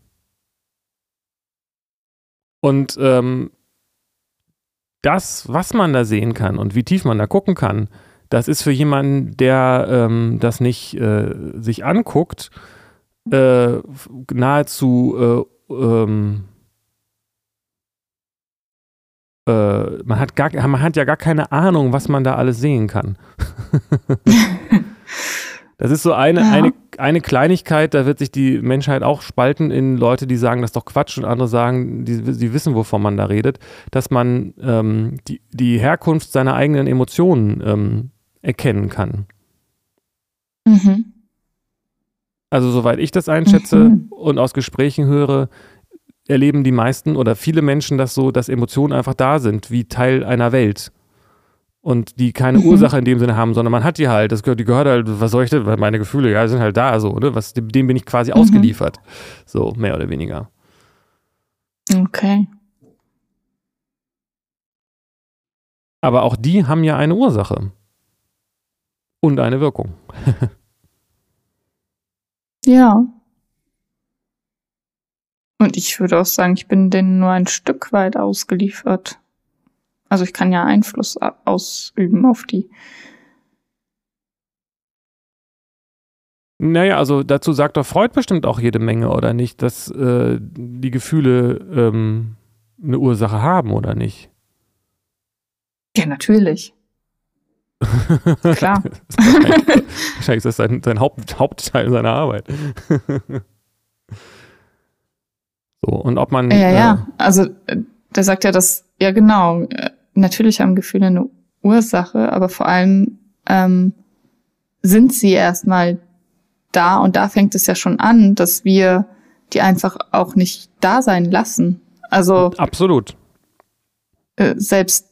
Und das, was man da sehen kann und wie tief man da gucken kann, das ist für jemanden, der das nicht sich anguckt, nahezu man hat ja gar keine Ahnung, was man da alles sehen kann. Das ist so eine Kleinigkeit, da wird sich die Menschheit auch spalten in Leute, die sagen, das ist doch Quatsch und andere sagen, die wissen, wovon man da redet, dass man die Herkunft seiner eigenen Emotionen erkennen kann. Mhm. Also soweit ich das einschätze und aus Gesprächen höre, erleben die meisten oder viele Menschen das so, dass Emotionen einfach da sind, wie Teil einer Welt. Und die keine Ursache in dem Sinne haben, sondern man hat die halt, die gehört halt, was soll ich denn, weil meine Gefühle, ja, sind halt da, so, ne? Dem bin ich quasi ausgeliefert. So, mehr oder weniger. Okay. Aber auch die haben ja eine Ursache. Und eine Wirkung. Ja. Und ich würde auch sagen, ich bin denen nur ein Stück weit ausgeliefert. Also ich kann ja Einfluss ausüben auf die. Naja, also dazu sagt doch Freud bestimmt auch jede Menge, oder nicht, dass die Gefühle eine Ursache haben, oder nicht? Ja, natürlich. Klar. Wahrscheinlich ist das sein Hauptteil seiner Arbeit. So, und ob man... Ja. Also der sagt ja, dass, ja genau, natürlich haben Gefühle eine Ursache, aber vor allem sind sie erstmal da und da fängt es ja schon an, dass wir die einfach auch nicht da sein lassen. Also absolut. Selbst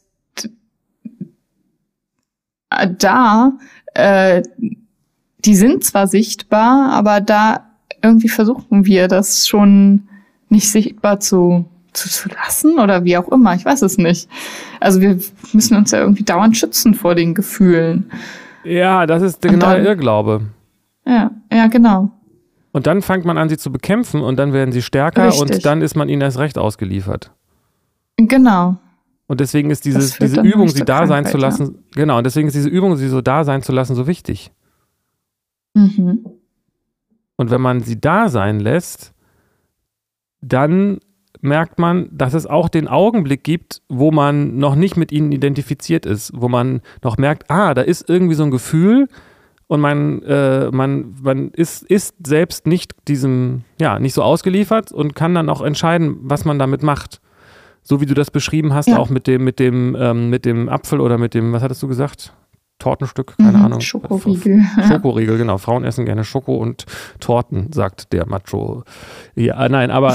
da, die sind zwar sichtbar, aber da irgendwie versuchen wir das schon nicht sichtbar zu lassen oder wie auch immer, ich weiß es nicht. Also wir müssen uns ja irgendwie dauernd schützen vor den Gefühlen. Ja, das ist genau der Irrglaube. Ja, genau. Und dann fängt man an, sie zu bekämpfen und dann werden sie stärker. Richtig. Und dann ist man ihnen erst recht ausgeliefert. Genau. Und deswegen ist diese dann Übung, nicht sie zur da sein Krankheit, zu lassen, genau, und deswegen ist diese Übung, sie so da sein zu lassen, so wichtig. Mhm. Und wenn man sie da sein lässt, dann merkt man, dass es auch den Augenblick gibt, wo man noch nicht mit ihnen identifiziert ist, wo man noch merkt, da ist irgendwie so ein Gefühl und man ist selbst nicht diesem, nicht so ausgeliefert und kann dann auch entscheiden, was man damit macht. So wie du das beschrieben hast, auch mit dem Apfel oder mit dem, was hattest du gesagt? Tortenstück, keine Ahnung. Schokoriegel. Schokoriegel, genau. Frauen essen gerne Schoko und Torten, sagt der Macho. Ja, nein, aber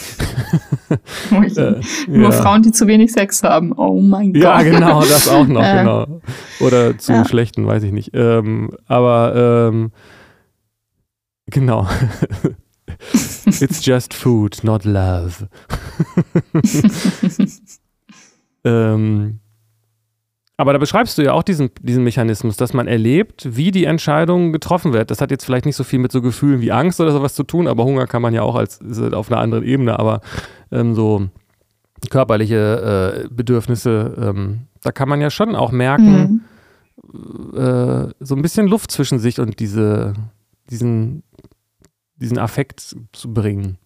nur Frauen, die zu wenig Sex haben. Oh mein Gott. Ja, genau, das auch noch, genau. Oder zu schlechten, weiß ich nicht. Genau. It's just food, not love. Aber da beschreibst du ja auch diesen Mechanismus, dass man erlebt, wie die Entscheidung getroffen wird. Das hat jetzt vielleicht nicht so viel mit so Gefühlen wie Angst oder sowas zu tun, aber Hunger kann man ja auch ist auf einer anderen Ebene, aber so körperliche Bedürfnisse, da kann man ja schon auch merken, so ein bisschen Luft zwischen sich und diesen Affekt zu bringen.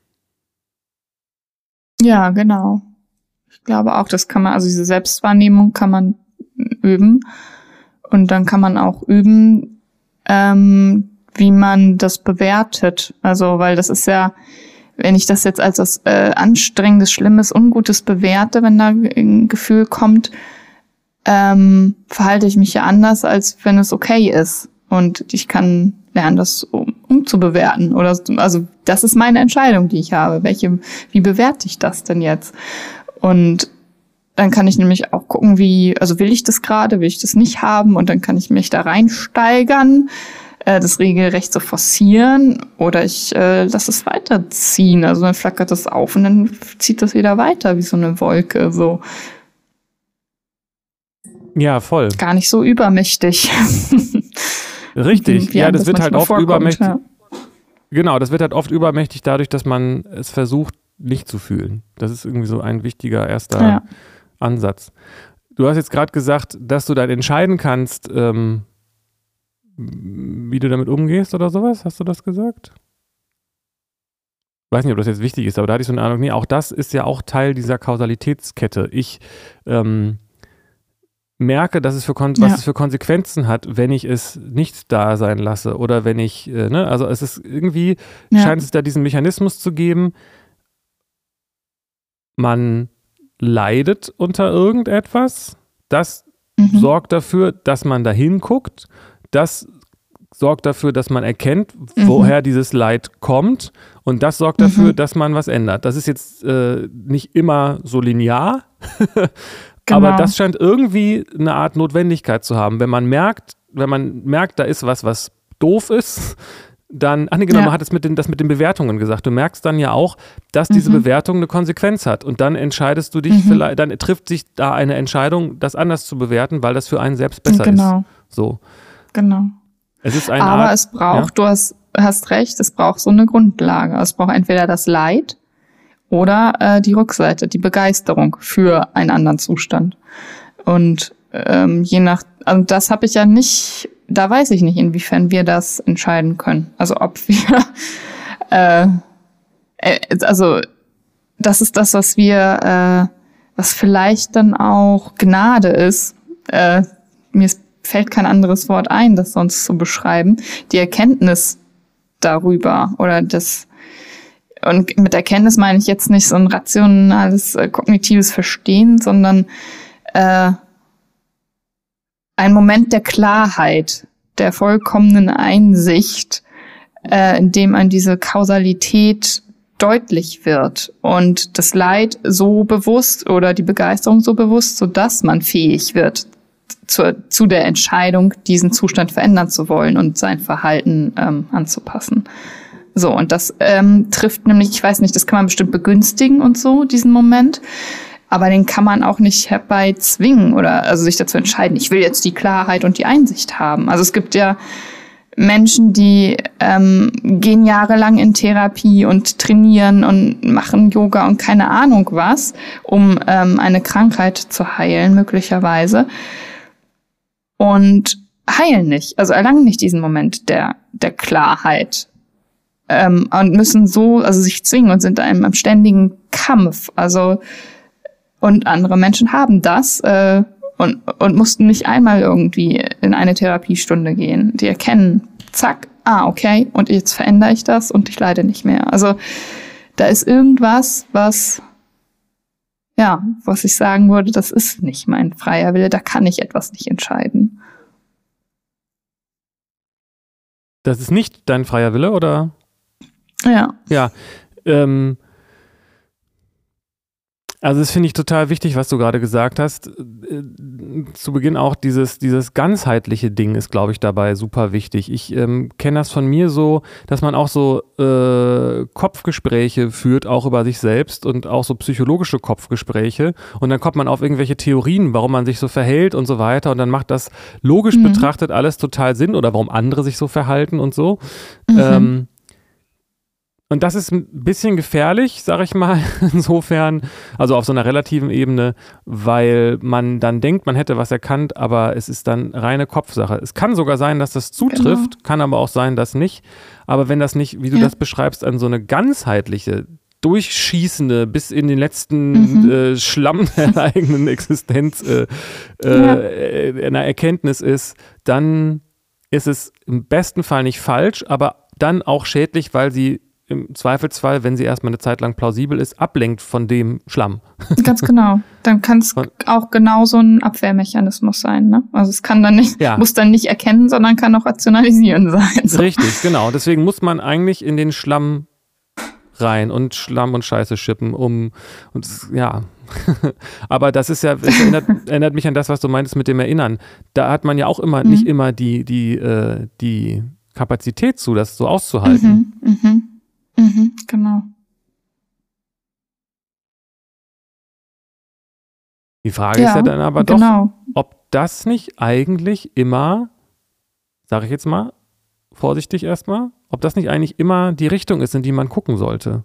Ja, genau. Ich glaube auch, das kann man, also diese Selbstwahrnehmung kann man üben und dann kann man auch üben, wie man das bewertet. Also, weil das ist ja, wenn ich das jetzt als was Anstrengendes, Schlimmes, Ungutes bewerte, wenn da ein Gefühl kommt, verhalte ich mich ja anders, als wenn es okay ist. Und ich kann lernen, das umzubewerten. Also das ist meine Entscheidung, die ich habe. Wie bewerte ich das denn jetzt? Und dann kann ich nämlich auch gucken, will ich das gerade, will ich das nicht haben? Und dann kann ich mich da reinsteigern, das regelrecht so forcieren, oder ich lasse es weiterziehen. Also dann flackert das auf und dann zieht das wieder weiter, wie so eine Wolke, so. Ja, voll. Gar nicht so übermächtig. Richtig, ja, das wird halt oft übermächtig. Ja. Genau, das wird halt oft übermächtig dadurch, dass man es versucht, nicht zu fühlen. Das ist irgendwie so ein wichtiger erster Ansatz. Du hast jetzt gerade gesagt, dass du dann entscheiden kannst, wie du damit umgehst oder sowas. Hast du das gesagt? Ich weiß nicht, ob das jetzt wichtig ist, aber da hatte ich so eine Ahnung. Nee, auch das ist ja auch Teil dieser Kausalitätskette. Ich merke, dass es was es für Konsequenzen hat, wenn ich es nicht da sein lasse oder wenn ich, also es ist irgendwie, scheint es da diesen Mechanismus zu geben, man leidet unter irgendetwas, das sorgt dafür, dass man da hinguckt, das sorgt dafür, dass man erkennt, woher dieses Leid kommt, und das sorgt dafür, dass man was ändert. Das ist jetzt nicht immer so linear, aber das scheint irgendwie eine Art Notwendigkeit zu haben. Wenn man merkt, da ist was doof ist, dann, man hat das mit den Bewertungen gesagt. Du merkst dann ja auch, dass diese Bewertung eine Konsequenz hat. Und dann entscheidest du dich vielleicht, dann trifft sich da eine Entscheidung, das anders zu bewerten, weil das für einen selbst besser ist. So. Genau. Es ist es braucht, du hast recht, es braucht so eine Grundlage. Es braucht entweder das Leid oder die Rückseite, die Begeisterung für einen anderen Zustand. Und also das habe ich ja nicht, da weiß ich nicht, inwiefern wir das entscheiden können. Also ob wir, also das ist das, was wir, was vielleicht dann auch Gnade ist. Mir fällt kein anderes Wort ein, das sonst zu beschreiben. Die Erkenntnis darüber oder das. Und mit Erkenntnis meine ich jetzt nicht so ein rationales, kognitives Verstehen, sondern ein Moment der Klarheit, der vollkommenen Einsicht, in dem an diese Kausalität deutlich wird und das Leid so bewusst oder die Begeisterung so bewusst, sodass man fähig wird, zu der Entscheidung, diesen Zustand verändern zu wollen und sein Verhalten anzupassen. So, und das trifft nämlich, ich weiß nicht, das kann man bestimmt begünstigen und so, diesen Moment. Aber den kann man auch nicht herbeizwingen oder also sich dazu entscheiden, ich will jetzt die Klarheit und die Einsicht haben. Also es gibt ja Menschen, die gehen jahrelang in Therapie und trainieren und machen Yoga und keine Ahnung was, um eine Krankheit zu heilen, möglicherweise. Und heilen nicht, also erlangen nicht diesen Moment der Klarheit. Und müssen sich zwingen und sind in einem ständigen Kampf. Also, und andere Menschen haben das, und mussten nicht einmal irgendwie in eine Therapiestunde gehen. Die erkennen, zack, okay, und jetzt verändere ich das und ich leide nicht mehr. Also da ist irgendwas, was ich sagen würde, das ist nicht mein freier Wille, da kann ich etwas nicht entscheiden. Das ist nicht dein freier Wille, oder? Ja. Ja, also das finde ich total wichtig, was du gerade gesagt hast. Zu Beginn auch dieses ganzheitliche Ding ist, glaube ich, dabei super wichtig. Ich kenne das von mir so, dass man auch so Kopfgespräche führt, auch über sich selbst und auch so psychologische Kopfgespräche. Und dann kommt man auf irgendwelche Theorien, warum man sich so verhält und so weiter. Und dann macht das logisch betrachtet alles total Sinn oder warum andere sich so verhalten und so. Und das ist ein bisschen gefährlich, sag ich mal, insofern, also auf so einer relativen Ebene, weil man dann denkt, man hätte was erkannt, aber es ist dann reine Kopfsache. Es kann sogar sein, dass das zutrifft, kann aber auch sein, dass nicht. Aber wenn das nicht, wie du das beschreibst, an so eine ganzheitliche, durchschießende, bis in den letzten Schlamm der eigenen Existenz einer Erkenntnis ist, dann ist es im besten Fall nicht falsch, aber dann auch schädlich, weil sie im Zweifelsfall, wenn sie erstmal eine Zeit lang plausibel ist, ablenkt von dem Schlamm. Ganz genau. Dann kann es auch genau so ein Abwehrmechanismus sein, ne? Also es kann dann nicht, muss dann nicht erkennen, sondern kann auch rationalisieren sein. So. Richtig, genau. Deswegen muss man eigentlich in den Schlamm rein und Schlamm und Scheiße schippen, aber das ist ja, es erinnert mich an das, was du meintest mit dem Erinnern. Da hat man ja auch immer nicht immer die Kapazität zu, das so auszuhalten. Genau. Die Frage ist ja dann aber doch, ob das nicht eigentlich immer, sage ich jetzt mal, vorsichtig erstmal, ob das nicht eigentlich immer die Richtung ist, in die man gucken sollte.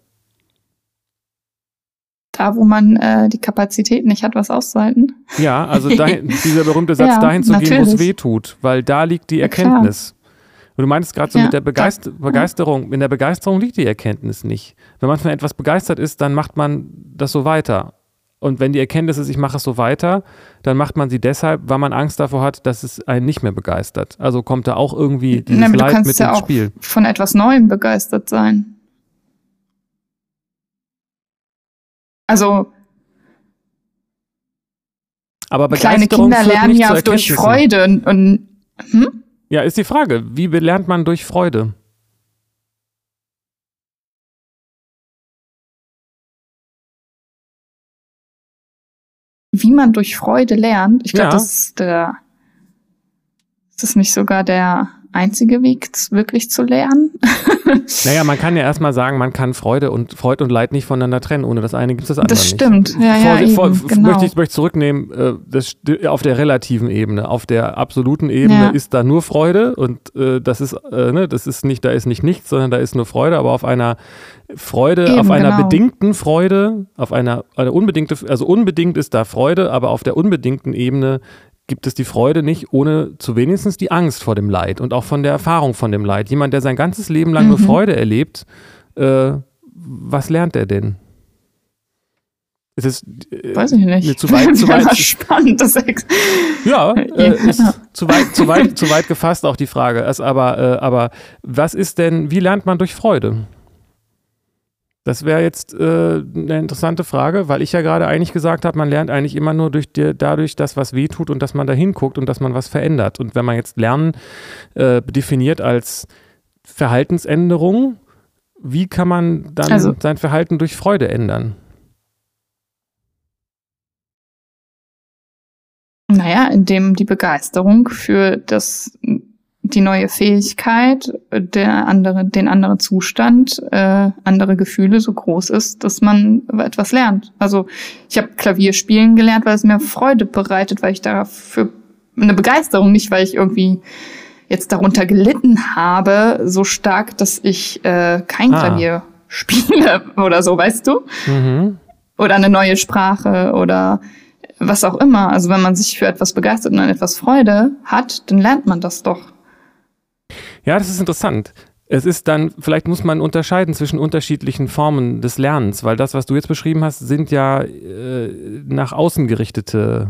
Da, wo man die Kapazität nicht hat, was auszuhalten? Ja, also dieser berühmte Satz, dahin zu gehen, wo es weh tut, weil da liegt die Erkenntnis. Und du meintest gerade so mit der Begeisterung, in der Begeisterung liegt die Erkenntnis nicht. Wenn man von etwas begeistert ist, dann macht man das so weiter. Und wenn die Erkenntnis ist, ich mache es so weiter, dann macht man sie deshalb, weil man Angst davor hat, dass es einen nicht mehr begeistert. Also kommt da auch irgendwie dieses Leid mit ins Spiel. Du kannst ja auch von etwas Neuem begeistert sein. Also aber kleine Kinder lernen ja durch Freude und Ja, ist die Frage, wie lernt man durch Freude? Wie man durch Freude lernt? Ich glaube, das ist nicht sogar der einzige Weg, wirklich zu lernen. Naja, man kann ja erstmal sagen, man kann Freude und Leid nicht voneinander trennen. Ohne das eine gibt es das andere nicht. Das stimmt, genau. Möchte ich zurücknehmen, auf der relativen Ebene. Auf der absoluten Ebene ist da nur Freude und das ist nicht, da ist nicht nichts, sondern da ist nur Freude, aber auf einer Freude, auf einer bedingten Freude, auf eine unbedingte, also unbedingt ist da Freude, aber auf der unbedingten Ebene gibt es die Freude nicht, ohne zu wenigstens die Angst vor dem Leid und auch von der Erfahrung von dem Leid. Jemand, der sein ganzes Leben lang nur Freude erlebt, was lernt er denn? Ist es, weiß ich nicht. Zu weit spannend, das ist zu weit gefasst auch die Frage. Aber was ist denn, wie lernt man durch Freude? Das wäre jetzt eine interessante Frage, weil ich ja gerade eigentlich gesagt habe, man lernt eigentlich immer nur dadurch das, was weh tut und dass man da hinguckt und dass man was verändert. Und wenn man jetzt Lernen definiert als Verhaltensänderung, wie kann man dann sein Verhalten durch Freude ändern? Naja, indem die Begeisterung für die neue Fähigkeit, den anderen Zustand, andere Gefühle so groß ist, dass man etwas lernt. Also ich habe Klavierspielen gelernt, weil es mir Freude bereitet, weil ich dafür eine Begeisterung, nicht weil ich irgendwie jetzt darunter gelitten habe, so stark, dass ich kein Klavier spiele oder so, weißt du? Mhm. Oder eine neue Sprache oder was auch immer. Also wenn man sich für etwas begeistert und an etwas Freude hat, dann lernt man das doch. Ja, das ist interessant. Es ist dann, vielleicht muss man unterscheiden zwischen unterschiedlichen Formen des Lernens, weil das, was du jetzt beschrieben hast, sind ja nach außen gerichtete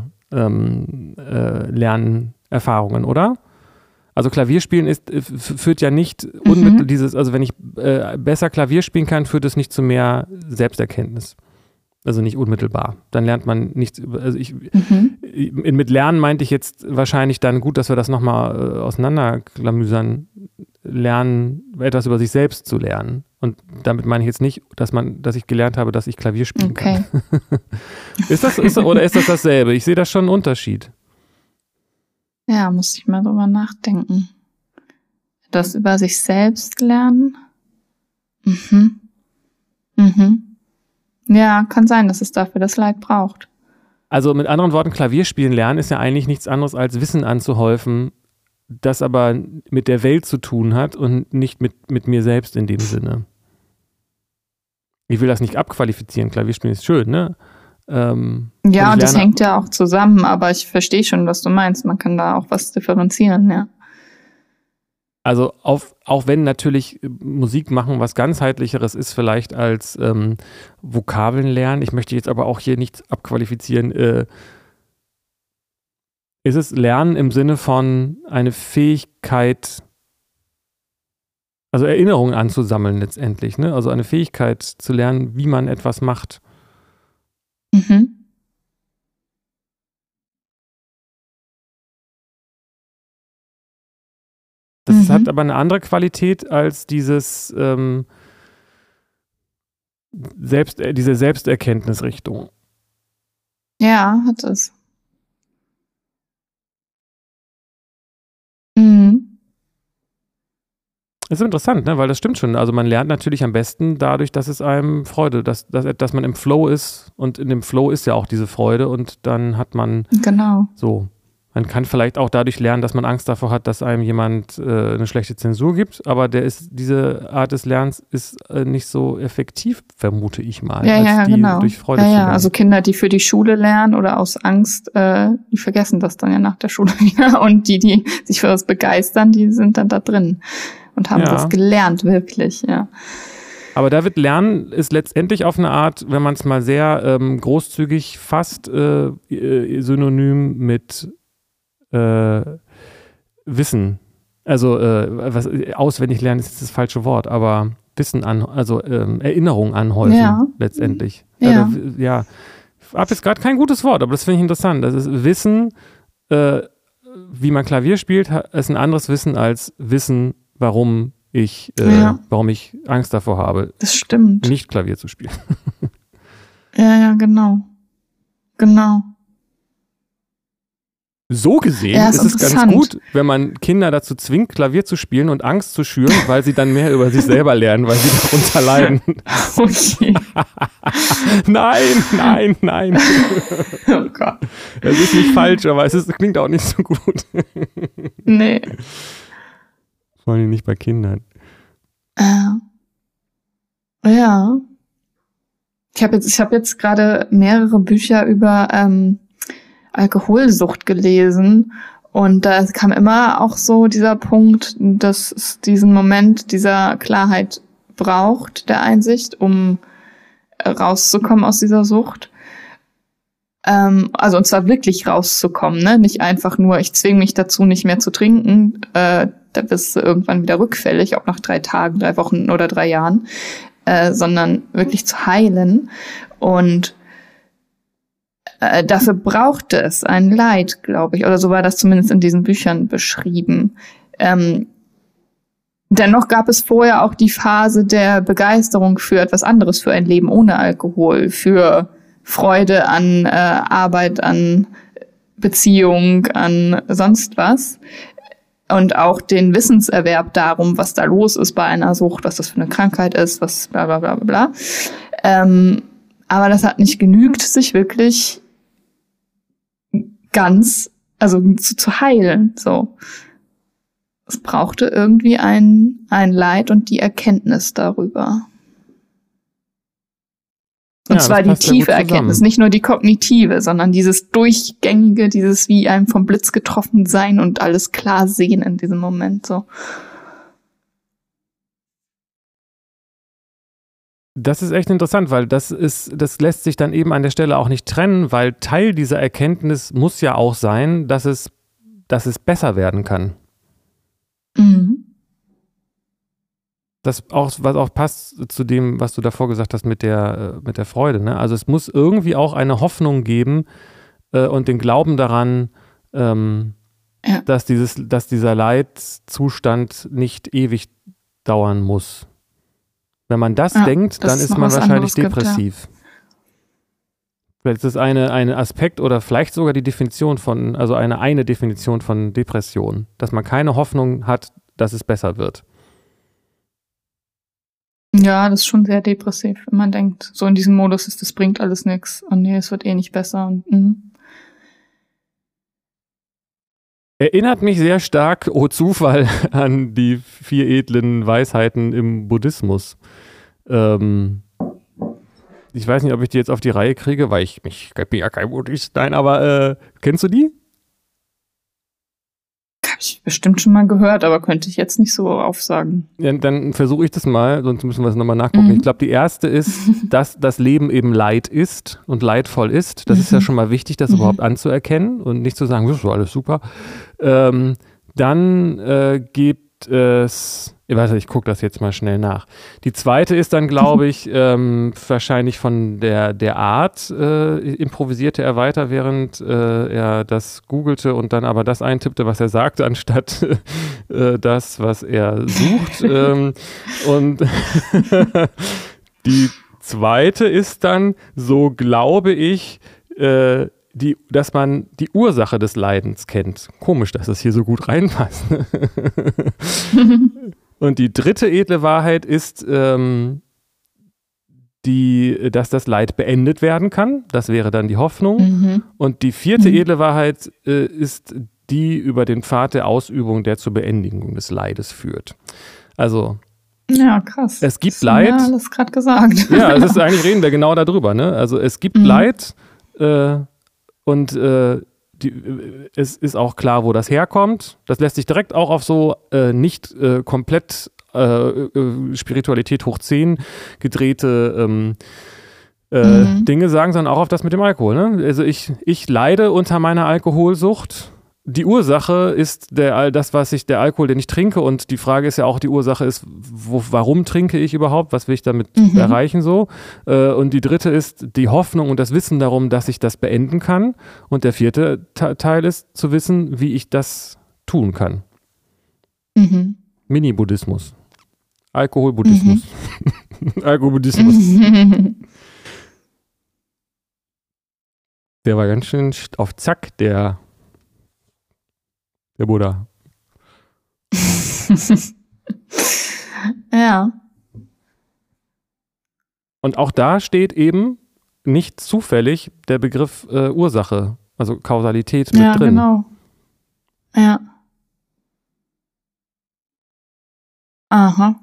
Lernerfahrungen, oder? Also Klavierspielen führt ja nicht unmittelbar also wenn ich besser Klavier spielen kann, führt es nicht zu mehr Selbsterkenntnis. Also nicht unmittelbar. Dann lernt man nichts über, also mit Lernen meinte ich jetzt wahrscheinlich dann gut, dass wir das nochmal auseinanderklamüsern, lernen, etwas über sich selbst zu lernen. Und damit meine ich jetzt nicht, dass ich gelernt habe, dass ich Klavier spielen kann. Oder ist das dasselbe? Ich sehe da schon einen Unterschied. Ja, muss ich mal drüber nachdenken. Das über sich selbst lernen? Ja, kann sein, dass es dafür das Leid braucht. Also mit anderen Worten, Klavierspielen lernen ist ja eigentlich nichts anderes als Wissen anzuhäufen, das aber mit der Welt zu tun hat und nicht mit mir selbst in dem Sinne. Ich will das nicht abqualifizieren, Klavierspielen ist schön, ne? Ja, und das hängt ja auch zusammen, aber ich verstehe schon, was du meinst. Man kann da auch was differenzieren, ja. Also auch wenn natürlich Musik machen was ganzheitlicheres ist vielleicht als Vokabeln lernen. Ich möchte jetzt aber auch hier nichts abqualifizieren. Ist es Lernen im Sinne von eine Fähigkeit, also Erinnerungen anzusammeln letztendlich, ne? Also eine Fähigkeit zu lernen, wie man etwas macht. Das hat aber eine andere Qualität als dieses diese Selbsterkenntnisrichtung. Ja, hat es. Das ist interessant, ne? Weil das stimmt schon. Also man lernt natürlich am besten dadurch, dass es einem Freude, dass man im Flow ist und in dem Flow ist ja auch diese Freude und dann hat man so. Man kann vielleicht auch dadurch lernen, dass man Angst davor hat, dass einem jemand eine schlechte Zensur gibt, aber diese Art des Lernens ist nicht so effektiv, vermute ich mal, als die durch Freude zu lernen. Also Kinder, die für die Schule lernen oder aus Angst, die vergessen das dann ja nach der Schule wieder und die sich für das begeistern, die sind dann da drin und haben das gelernt, wirklich, ja. Aber da wird Lernen ist letztendlich auf eine Art, wenn man es mal sehr großzügig fasst, synonym mit Wissen, also auswendig lernen ist jetzt das falsche Wort, aber Wissen Erinnerung anhäufen letztendlich. Ja. Ich habe jetzt gerade kein gutes Wort, aber das finde ich interessant. Das ist Wissen, wie man Klavier spielt, ist ein anderes Wissen als Wissen, warum ich Angst davor habe. Das stimmt. Nicht Klavier zu spielen. Ja, genau. So gesehen ist es ganz gut, wenn man Kinder dazu zwingt, Klavier zu spielen und Angst zu schüren, weil sie dann mehr über sich selber lernen, weil sie darunter leiden. Okay. Nein. Oh Gott. Das ist nicht falsch, aber es klingt auch nicht so gut. Nee. Vor allem nicht bei Kindern. Ja. Ich habe jetzt gerade mehrere Bücher über Alkoholsucht gelesen und da kam immer auch so dieser Punkt, dass es diesen Moment dieser Klarheit braucht, der Einsicht, um rauszukommen aus dieser Sucht. Also und zwar wirklich rauszukommen, ne? Nicht einfach nur, ich zwinge mich dazu, nicht mehr zu trinken, da bist du irgendwann wieder rückfällig, ob nach 3 Tagen, 3 Wochen oder 3 Jahren, sondern wirklich zu heilen. Und dafür brauchte es ein Leid, glaube ich, oder so war das zumindest in diesen Büchern beschrieben. Dennoch gab es vorher auch die Phase der Begeisterung für etwas anderes, für ein Leben ohne Alkohol, für Freude an Arbeit, an Beziehung, an sonst was. Und auch den Wissenserwerb darum, was da los ist bei einer Sucht, was das für eine Krankheit ist, was bla bla bla bla. Aber das hat nicht genügt, sich wirklich ganz, also zu heilen, so. es brauchte irgendwie ein Leid und die Erkenntnis darüber. Und zwar die tiefe Erkenntnis, nicht nur die kognitive, sondern dieses durchgängige, dieses wie einem vom Blitz getroffen sein und alles klar sehen in diesem Moment, so. Das ist echt interessant, weil das lässt sich dann eben an der Stelle auch nicht trennen, weil Teil dieser Erkenntnis muss ja auch sein, dass es besser werden kann. Mhm. Was auch passt zu dem, was du davor gesagt hast mit der Freude, ne? Also es muss irgendwie auch eine Hoffnung geben und den Glauben daran, dass dieser Leidzustand nicht ewig dauern muss. Wenn man das denkt, dann ist man wahrscheinlich depressiv. Vielleicht ist das ein Aspekt oder vielleicht sogar die Definition also eine Definition von Depression, dass man keine Hoffnung hat, dass es besser wird. Ja, das ist schon sehr depressiv, wenn man denkt, so in diesem Modus ist, das bringt alles nichts und nee, es wird eh nicht besser. Erinnert mich sehr stark, oh Zufall, an die 4 edlen Weisheiten im Buddhismus. Ich weiß nicht, ob ich die jetzt auf die Reihe kriege, weil ich bin ja kein Buddhist. Nein, aber kennst du die? Habe ich bestimmt schon mal gehört, aber könnte ich jetzt nicht so aufsagen. Ja, dann versuche ich das mal, sonst müssen wir es nochmal nachgucken. Ich glaube, die erste ist, dass das Leben eben Leid ist und leidvoll ist. Das ist ja schon mal wichtig, das überhaupt anzuerkennen und nicht zu sagen, das ist alles super. Dann gibt es, ich gucke das jetzt mal schnell nach. Die zweite ist dann, glaube ich, wahrscheinlich von der Art, improvisierte er weiter, während er das googelte und dann aber das eintippte, was er sagte, anstatt das, was er sucht. Und die zweite ist dann, so glaube ich, dass man die Ursache des Leidens kennt. Komisch, dass das hier so gut reinpasst. Und die dritte edle Wahrheit ist, dass das Leid beendet werden kann. Das wäre dann die Hoffnung. Und die vierte edle Wahrheit ist die über den Pfad der Ausübung, der zur Beendigung des Leides führt. Also ja, krass. Es gibt Leid. Ja, alles gerade gesagt. Ja, eigentlich reden wir genau darüber. Ne? Also es gibt Leid und es ist auch klar, wo das herkommt. Das lässt sich direkt auch auf so nicht komplett Spiritualität hoch 10 gedrehte Dinge sagen, sondern auch auf das mit dem Alkohol. Ne? Also ich leide unter meiner Alkoholsucht. Die Ursache ist der Alkohol, den ich trinke, und die Frage ist ja auch, die Ursache ist, warum trinke ich überhaupt, was will ich damit erreichen so, und die dritte ist die Hoffnung und das Wissen darum, dass ich das beenden kann, und der vierte Teil ist zu wissen, wie ich das tun kann. Mini-Buddhismus. Alkohol-Buddhismus. Alkohol-Buddhismus. Der war ganz schön auf Zack, der Buddha. Ja. Und auch da steht eben nicht zufällig der Begriff Ursache, also Kausalität mit drin. Ja, genau. Ja. Aha.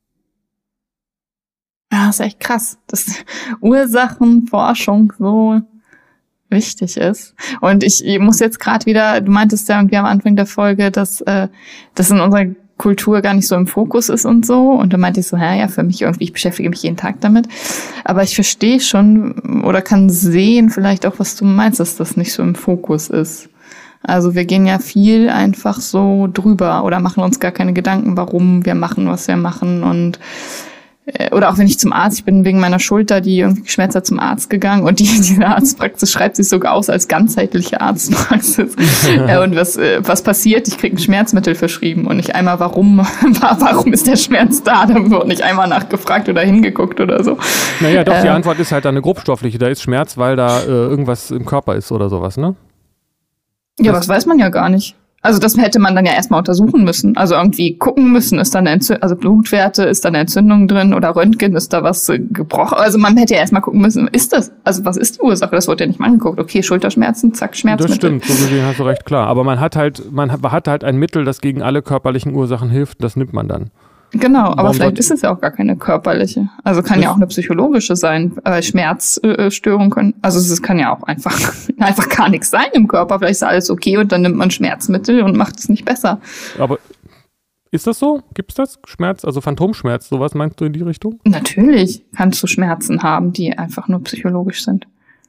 Ja, ist echt krass, dass Ursachenforschung so wichtig ist. Und ich muss jetzt gerade wieder, du meintest ja irgendwie am Anfang der Folge, dass das in unserer Kultur gar nicht so im Fokus ist und so. Und da meinte ich so, ja, für mich irgendwie, ich beschäftige mich jeden Tag damit. Aber ich verstehe schon oder kann sehen vielleicht auch, was du meinst, dass das nicht so im Fokus ist. Also wir gehen ja viel einfach so drüber oder machen uns gar keine Gedanken, warum wir machen, was wir machen. Und oder auch wenn ich zum Arzt, ich bin wegen meiner Schulter, die irgendwie geschmerzt hat, zum Arzt gegangen, und diese Arztpraxis schreibt sich sogar aus als ganzheitliche Arztpraxis. Und was passiert? Ich kriege ein Schmerzmittel verschrieben und nicht einmal, warum ist der Schmerz da? Da wird nicht einmal nachgefragt oder hingeguckt oder so. Naja, doch, die Antwort ist halt eine grobstoffliche. Da ist Schmerz, weil da irgendwas im Körper ist oder sowas, ne? Ja, das weiß man ja gar nicht. Also das hätte man dann ja erstmal untersuchen müssen. Also irgendwie gucken müssen, ist da eine also Blutwerte, ist da eine Entzündung drin oder Röntgen, ist da was gebrochen? Also man hätte ja erstmal gucken müssen, also was ist die Ursache? Das wurde ja nicht mal angeguckt. Okay, Schulterschmerzen, zack, Schmerzmittel. Das stimmt, so gesehen hast du recht, klar. Aber man hat halt ein Mittel, das gegen alle körperlichen Ursachen hilft, das nimmt man dann. Genau, aber vielleicht ist es ja auch gar keine körperliche. Also kann ja auch eine psychologische sein, Schmerzstörung können. Also es kann ja auch einfach gar nichts sein im Körper. Vielleicht ist alles okay und dann nimmt man Schmerzmittel und macht es nicht besser. Aber ist das so? Gibt es das? Schmerz, also Phantomschmerz, sowas meinst du in die Richtung? Natürlich kannst du Schmerzen haben, die einfach nur psychologisch sind.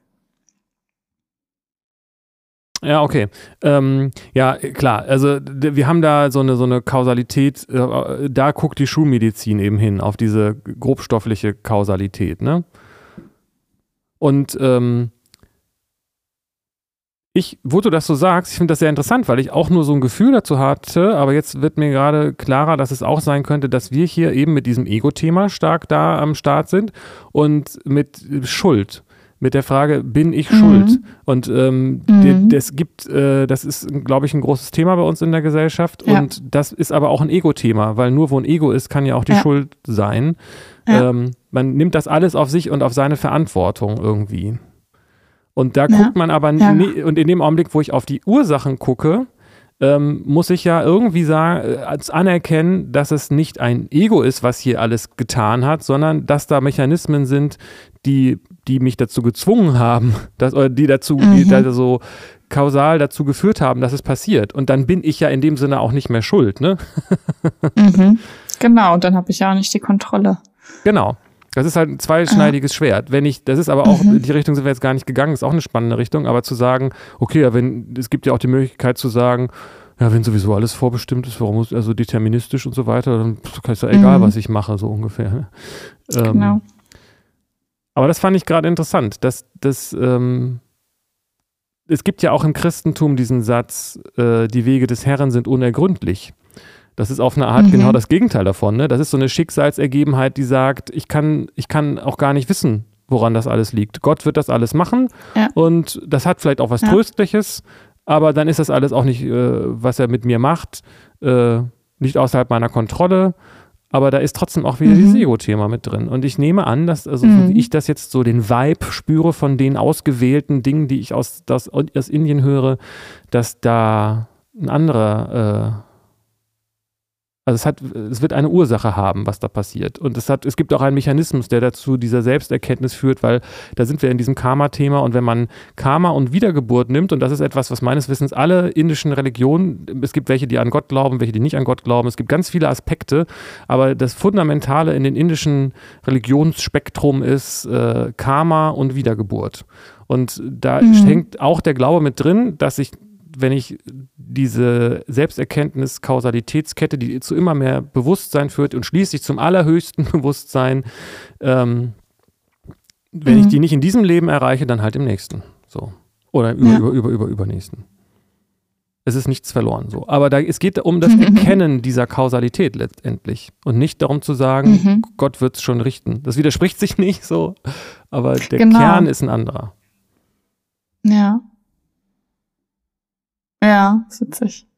Ja, okay. Ja, klar. Also wir haben da so eine Kausalität, da guckt die Schulmedizin eben hin, auf diese grobstoffliche Kausalität, ne? Und wo du das so sagst, ich finde das sehr interessant, weil ich auch nur so ein Gefühl dazu hatte, aber jetzt wird mir gerade klarer, dass es auch sein könnte, dass wir hier eben mit diesem Ego-Thema stark da am Start sind und mit Schuld. Mit der Frage, bin ich schuld? Und das ist, glaube ich, ein großes Thema bei uns in der Gesellschaft. Ja. Und das ist aber auch ein Ego-Thema, weil nur wo ein Ego ist, kann ja auch die Schuld sein. Ja. Man nimmt das alles auf sich und auf seine Verantwortung irgendwie. Und da guckt man aber, und in dem Augenblick, wo ich auf die Ursachen gucke, muss ich ja irgendwie anerkennen, dass es nicht ein Ego ist, was hier alles getan hat, sondern dass da Mechanismen sind, die mich dazu gezwungen haben, die da so kausal dazu geführt haben, dass es passiert. Und dann bin ich ja in dem Sinne auch nicht mehr schuld, ne? Genau, und dann habe ich ja auch nicht die Kontrolle. Genau. Das ist halt ein zweischneidiges Schwert. Das ist aber auch, in die Richtung sind wir jetzt gar nicht gegangen, ist auch eine spannende Richtung, aber zu sagen, okay, es gibt ja auch die Möglichkeit zu sagen, ja, wenn sowieso alles vorbestimmt ist, warum muss, also deterministisch und so weiter, dann ist ja egal, was ich mache, so ungefähr. Genau. Aber das fand ich gerade interessant, dass es gibt ja auch im Christentum diesen Satz, die Wege des Herrn sind unergründlich. Das ist auf eine Art genau das Gegenteil davon. Ne? Das ist so eine Schicksalsergebenheit, die sagt, ich kann auch gar nicht wissen, woran das alles liegt. Gott wird das alles machen und das hat vielleicht auch was Tröstliches, aber dann ist das alles auch nicht, was er mit mir macht, nicht außerhalb meiner Kontrolle. Aber da ist trotzdem auch wieder dieses Ego-Thema mit drin. Und ich nehme an, dass, so wie ich das jetzt so den Vibe spüre von den ausgewählten Dingen, die ich aus Indien höre, dass da ein anderer also es wird eine Ursache haben, was da passiert. Und es gibt auch einen Mechanismus, der dazu dieser Selbsterkenntnis führt, weil da sind wir in diesem Karma-Thema und wenn man Karma und Wiedergeburt nimmt, und das ist etwas, was meines Wissens alle indischen Religionen, es gibt welche, die an Gott glauben, welche, die nicht an Gott glauben, es gibt ganz viele Aspekte, aber das Fundamentale in den indischen Religionsspektrum ist Karma und Wiedergeburt. Und da hängt auch der Glaube mit drin, dass wenn ich diese Selbsterkenntnis-Kausalitätskette, die zu immer mehr Bewusstsein führt und schließlich zum allerhöchsten Bewusstsein, wenn ich die nicht in diesem Leben erreiche, dann halt im nächsten. So. Oder übernächsten. Es ist nichts verloren. So. Aber es geht um das Erkennen dieser Kausalität letztendlich und nicht darum zu sagen, Gott wird es schon richten. Das widerspricht sich nicht so, aber der Kern ist ein anderer. Ja. Ja, ist witzig.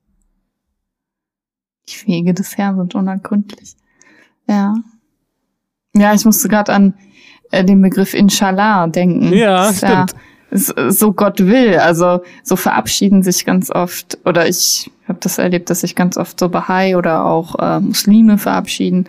Die Wege des Herrn sind unergründlich. Ja. Ja, ich musste gerade an den Begriff Inshallah denken. Ja, stimmt. So Gott will. Also so verabschieden sich ganz oft, oder ich habe das erlebt, dass sich ganz oft so Bahai oder auch Muslime verabschieden.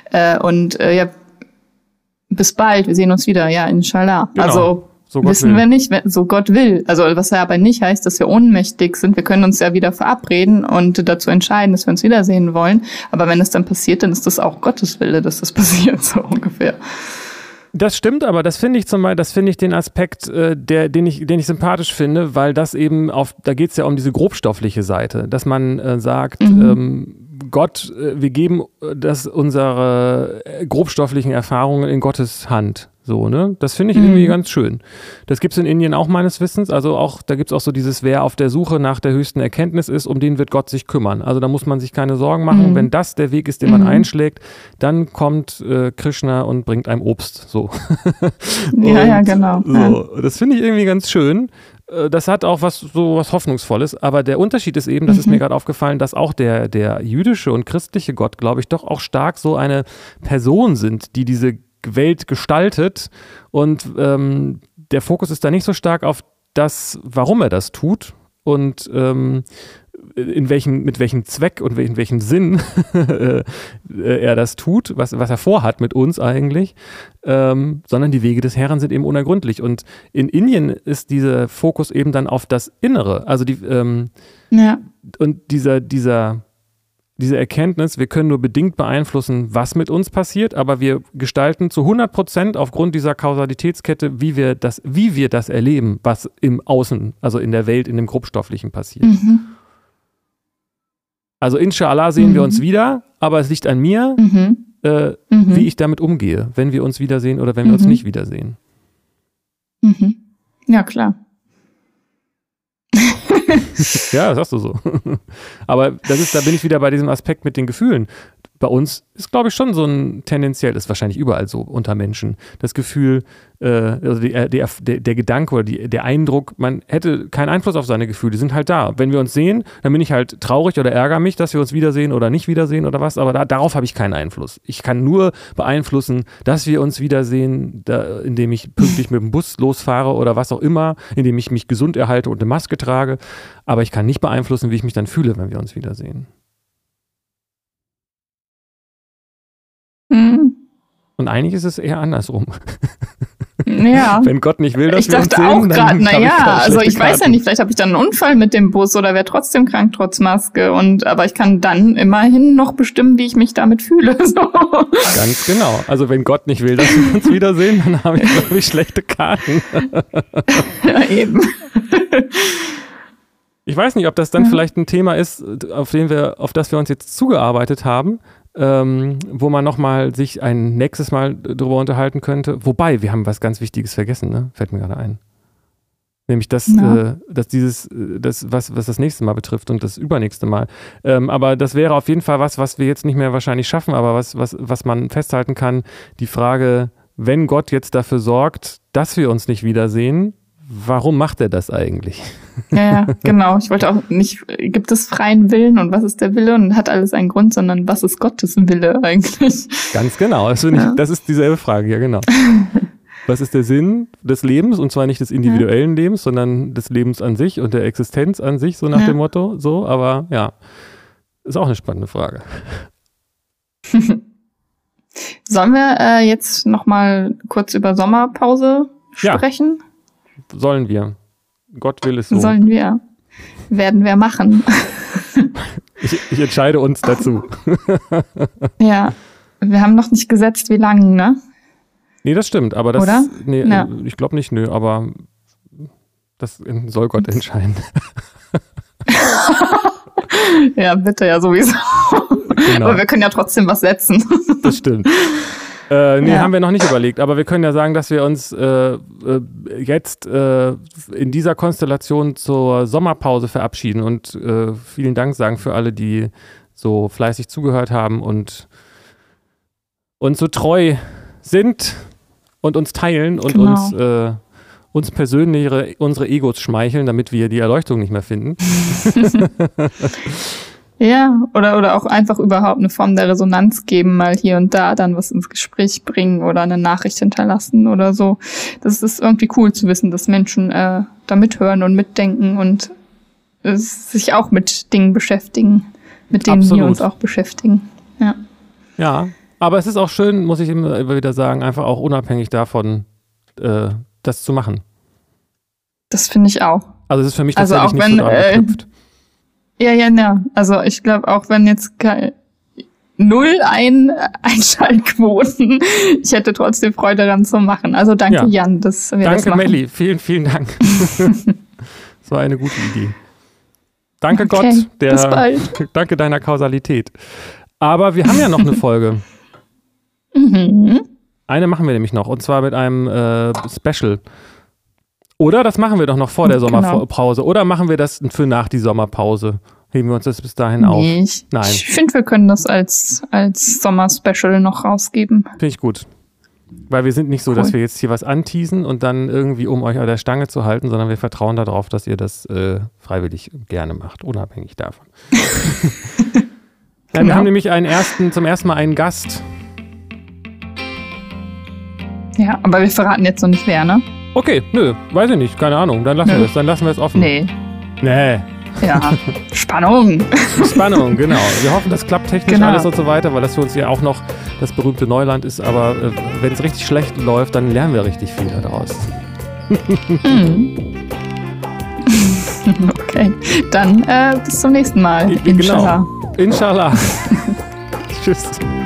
Bis bald, wir sehen uns wieder. Ja, Inshallah. Genau. Also so wissen wir nicht, so Gott will. Also was ja aber nicht heißt, dass wir ohnmächtig sind. Wir können uns ja wieder verabreden und dazu entscheiden, dass wir uns wiedersehen wollen. Aber wenn es dann passiert, dann ist das auch Gottes Wille, dass das passiert, so ungefähr. Das stimmt, aber das finde ich den Aspekt, den ich sympathisch finde, weil das eben da geht es ja um diese grobstoffliche Seite, dass man sagt, Gott, wir geben unsere grobstofflichen Erfahrungen in Gottes Hand. So, ne? Das finde ich irgendwie ganz schön. Das gibt es in Indien auch meines Wissens. Also auch, da gibt es auch so dieses, wer auf der Suche nach der höchsten Erkenntnis ist, um den wird Gott sich kümmern. Also da muss man sich keine Sorgen machen. Wenn das der Weg ist, den man einschlägt, dann kommt Krishna und bringt einem Obst. So. Ja, genau. So. Das finde ich irgendwie ganz schön. Das hat auch was Hoffnungsvolles, aber der Unterschied ist eben, das ist mir gerade aufgefallen, dass auch der jüdische und christliche Gott, glaube ich, doch auch stark so eine Person sind, die diese Welt gestaltet, und der Fokus ist da nicht so stark auf das, warum er das tut und mit welchem Zweck und in welchem Sinn er das tut, was er vorhat mit uns eigentlich, sondern die Wege des Herrn sind eben unergründlich. Und in Indien ist dieser Fokus eben dann auf das Innere, also und diese Erkenntnis, wir können nur bedingt beeinflussen, was mit uns passiert, aber wir gestalten zu 100% aufgrund dieser Kausalitätskette, wie wir das erleben, was im Außen, also in der Welt, in dem Grobstofflichen passiert. Also inshallah sehen wir uns wieder, aber es liegt an mir, wie ich damit umgehe, wenn wir uns wiedersehen oder wenn wir uns nicht wiedersehen. Ja, klar. Ja, das sagst du so. Aber da bin ich wieder bei diesem Aspekt mit den Gefühlen. Bei uns ist, glaube ich, schon so ein tendenziell, ist wahrscheinlich überall so unter Menschen, das Gefühl, also der Gedanke oder der Eindruck, man hätte keinen Einfluss auf seine Gefühle, die sind halt da. Wenn wir uns sehen, dann bin ich halt traurig oder ärgere mich, dass wir uns wiedersehen oder nicht wiedersehen oder was, aber darauf habe ich keinen Einfluss. Ich kann nur beeinflussen, dass wir uns wiedersehen, indem ich pünktlich mit dem Bus losfahre oder was auch immer, indem ich mich gesund erhalte und eine Maske trage, aber ich kann nicht beeinflussen, wie ich mich dann fühle, wenn wir uns wiedersehen. Und eigentlich ist es eher andersrum. Ja. Wenn Gott nicht will, dass ich wir uns dachte sehen, auch gerade, naja, also ich weiß ja Karten. nicht, vielleicht habe ich dann einen Unfall mit dem Bus oder wäre trotzdem krank trotz Maske, aber ich kann dann immerhin noch bestimmen, wie ich mich damit fühle. So. Ganz genau. Also wenn Gott nicht will, dass wir uns wiedersehen, dann habe ich, glaube ich, schlechte Karten. Ja, eben. Ich weiß nicht, ob das dann vielleicht ein Thema ist, auf das wir uns jetzt zugearbeitet haben, wo man nochmal sich ein nächstes Mal drüber unterhalten könnte. Wobei, wir haben was ganz Wichtiges vergessen, ne? Fällt mir gerade ein. Nämlich dass was das nächste Mal betrifft und das übernächste Mal. Aber das wäre auf jeden Fall was wir jetzt nicht mehr wahrscheinlich schaffen, aber was man festhalten kann, die Frage, wenn Gott jetzt dafür sorgt, dass wir uns nicht wiedersehen, warum macht er das eigentlich? Ja, genau. Ich wollte auch nicht, gibt es freien Willen und was ist der Wille und hat alles einen Grund, sondern was ist Gottes Wille eigentlich? Ganz genau. Das ist dieselbe Frage, ja genau. Was ist der Sinn des Lebens? Und zwar nicht des individuellen Lebens, sondern des Lebens an sich und der Existenz an sich, so nach dem Motto. So, aber ja, ist auch eine spannende Frage. Sollen wir jetzt nochmal kurz über Sommerpause sprechen? Ja, sollen wir. Gott will es so. Sollen wir. Werden wir machen. Ich entscheide uns dazu. Ja, wir haben noch nicht gesetzt, wie lange, ne? Nee, das stimmt, aber das. Oder? Nee, ja. Ich glaube nicht, aber das soll Gott entscheiden. Ja, bitte, ja, sowieso. Genau. Aber wir können ja trotzdem was setzen. Das stimmt. Haben wir noch nicht überlegt, aber wir können ja sagen, dass wir uns jetzt in dieser Konstellation zur Sommerpause verabschieden und vielen Dank sagen für alle, die so fleißig zugehört haben und so treu sind und uns teilen und uns persönlich unsere Egos schmeicheln, damit wir die Erleuchtung nicht mehr finden. Ja, oder auch einfach überhaupt eine Form der Resonanz geben, mal hier und da dann was ins Gespräch bringen oder eine Nachricht hinterlassen oder so. Das ist irgendwie cool zu wissen, dass Menschen da mithören und mitdenken und sich auch mit Dingen beschäftigen, mit denen wir uns auch beschäftigen. Ja. Ja, aber es ist auch schön, muss ich immer wieder sagen, einfach auch unabhängig davon, das zu machen. Das finde ich auch. Also es ist für mich tatsächlich nicht so daran geknüpft. Ja. Also ich glaube, auch wenn jetzt null Einschaltquoten, ich hätte trotzdem Freude daran zu machen. Also danke, Jan, dass wir das machen. Danke, Melli. Vielen, vielen Dank. Das war eine gute Idee. Danke, okay, Gott. Bis bald. Danke deiner Kausalität. Aber wir haben ja noch eine Folge. Eine machen wir nämlich noch und zwar mit einem Special. Oder das machen wir doch noch vor der Sommerpause. Oder machen wir das für nach die Sommerpause? Heben wir uns das bis dahin auf? Nein. Ich finde, wir können das als Sommer-Special noch rausgeben. Finde ich gut. Weil wir sind nicht so, dass wir jetzt hier was anteasen und dann irgendwie, um euch an der Stange zu halten, sondern wir vertrauen darauf, dass ihr das freiwillig gerne macht, unabhängig davon. Ja, wir haben nämlich zum ersten Mal einen Gast. Ja, aber wir verraten jetzt noch nicht wer, ne? Okay, nö, weiß ich nicht, keine Ahnung. Dann lassen wir es offen. Nee. Ja, Spannung, genau. Wir hoffen, das klappt technisch alles und so weiter, weil das für uns ja auch noch das berühmte Neuland ist. Aber wenn es richtig schlecht läuft, dann lernen wir richtig viel daraus. Okay, dann bis zum nächsten Mal. Inshallah. Inshallah. Tschüss.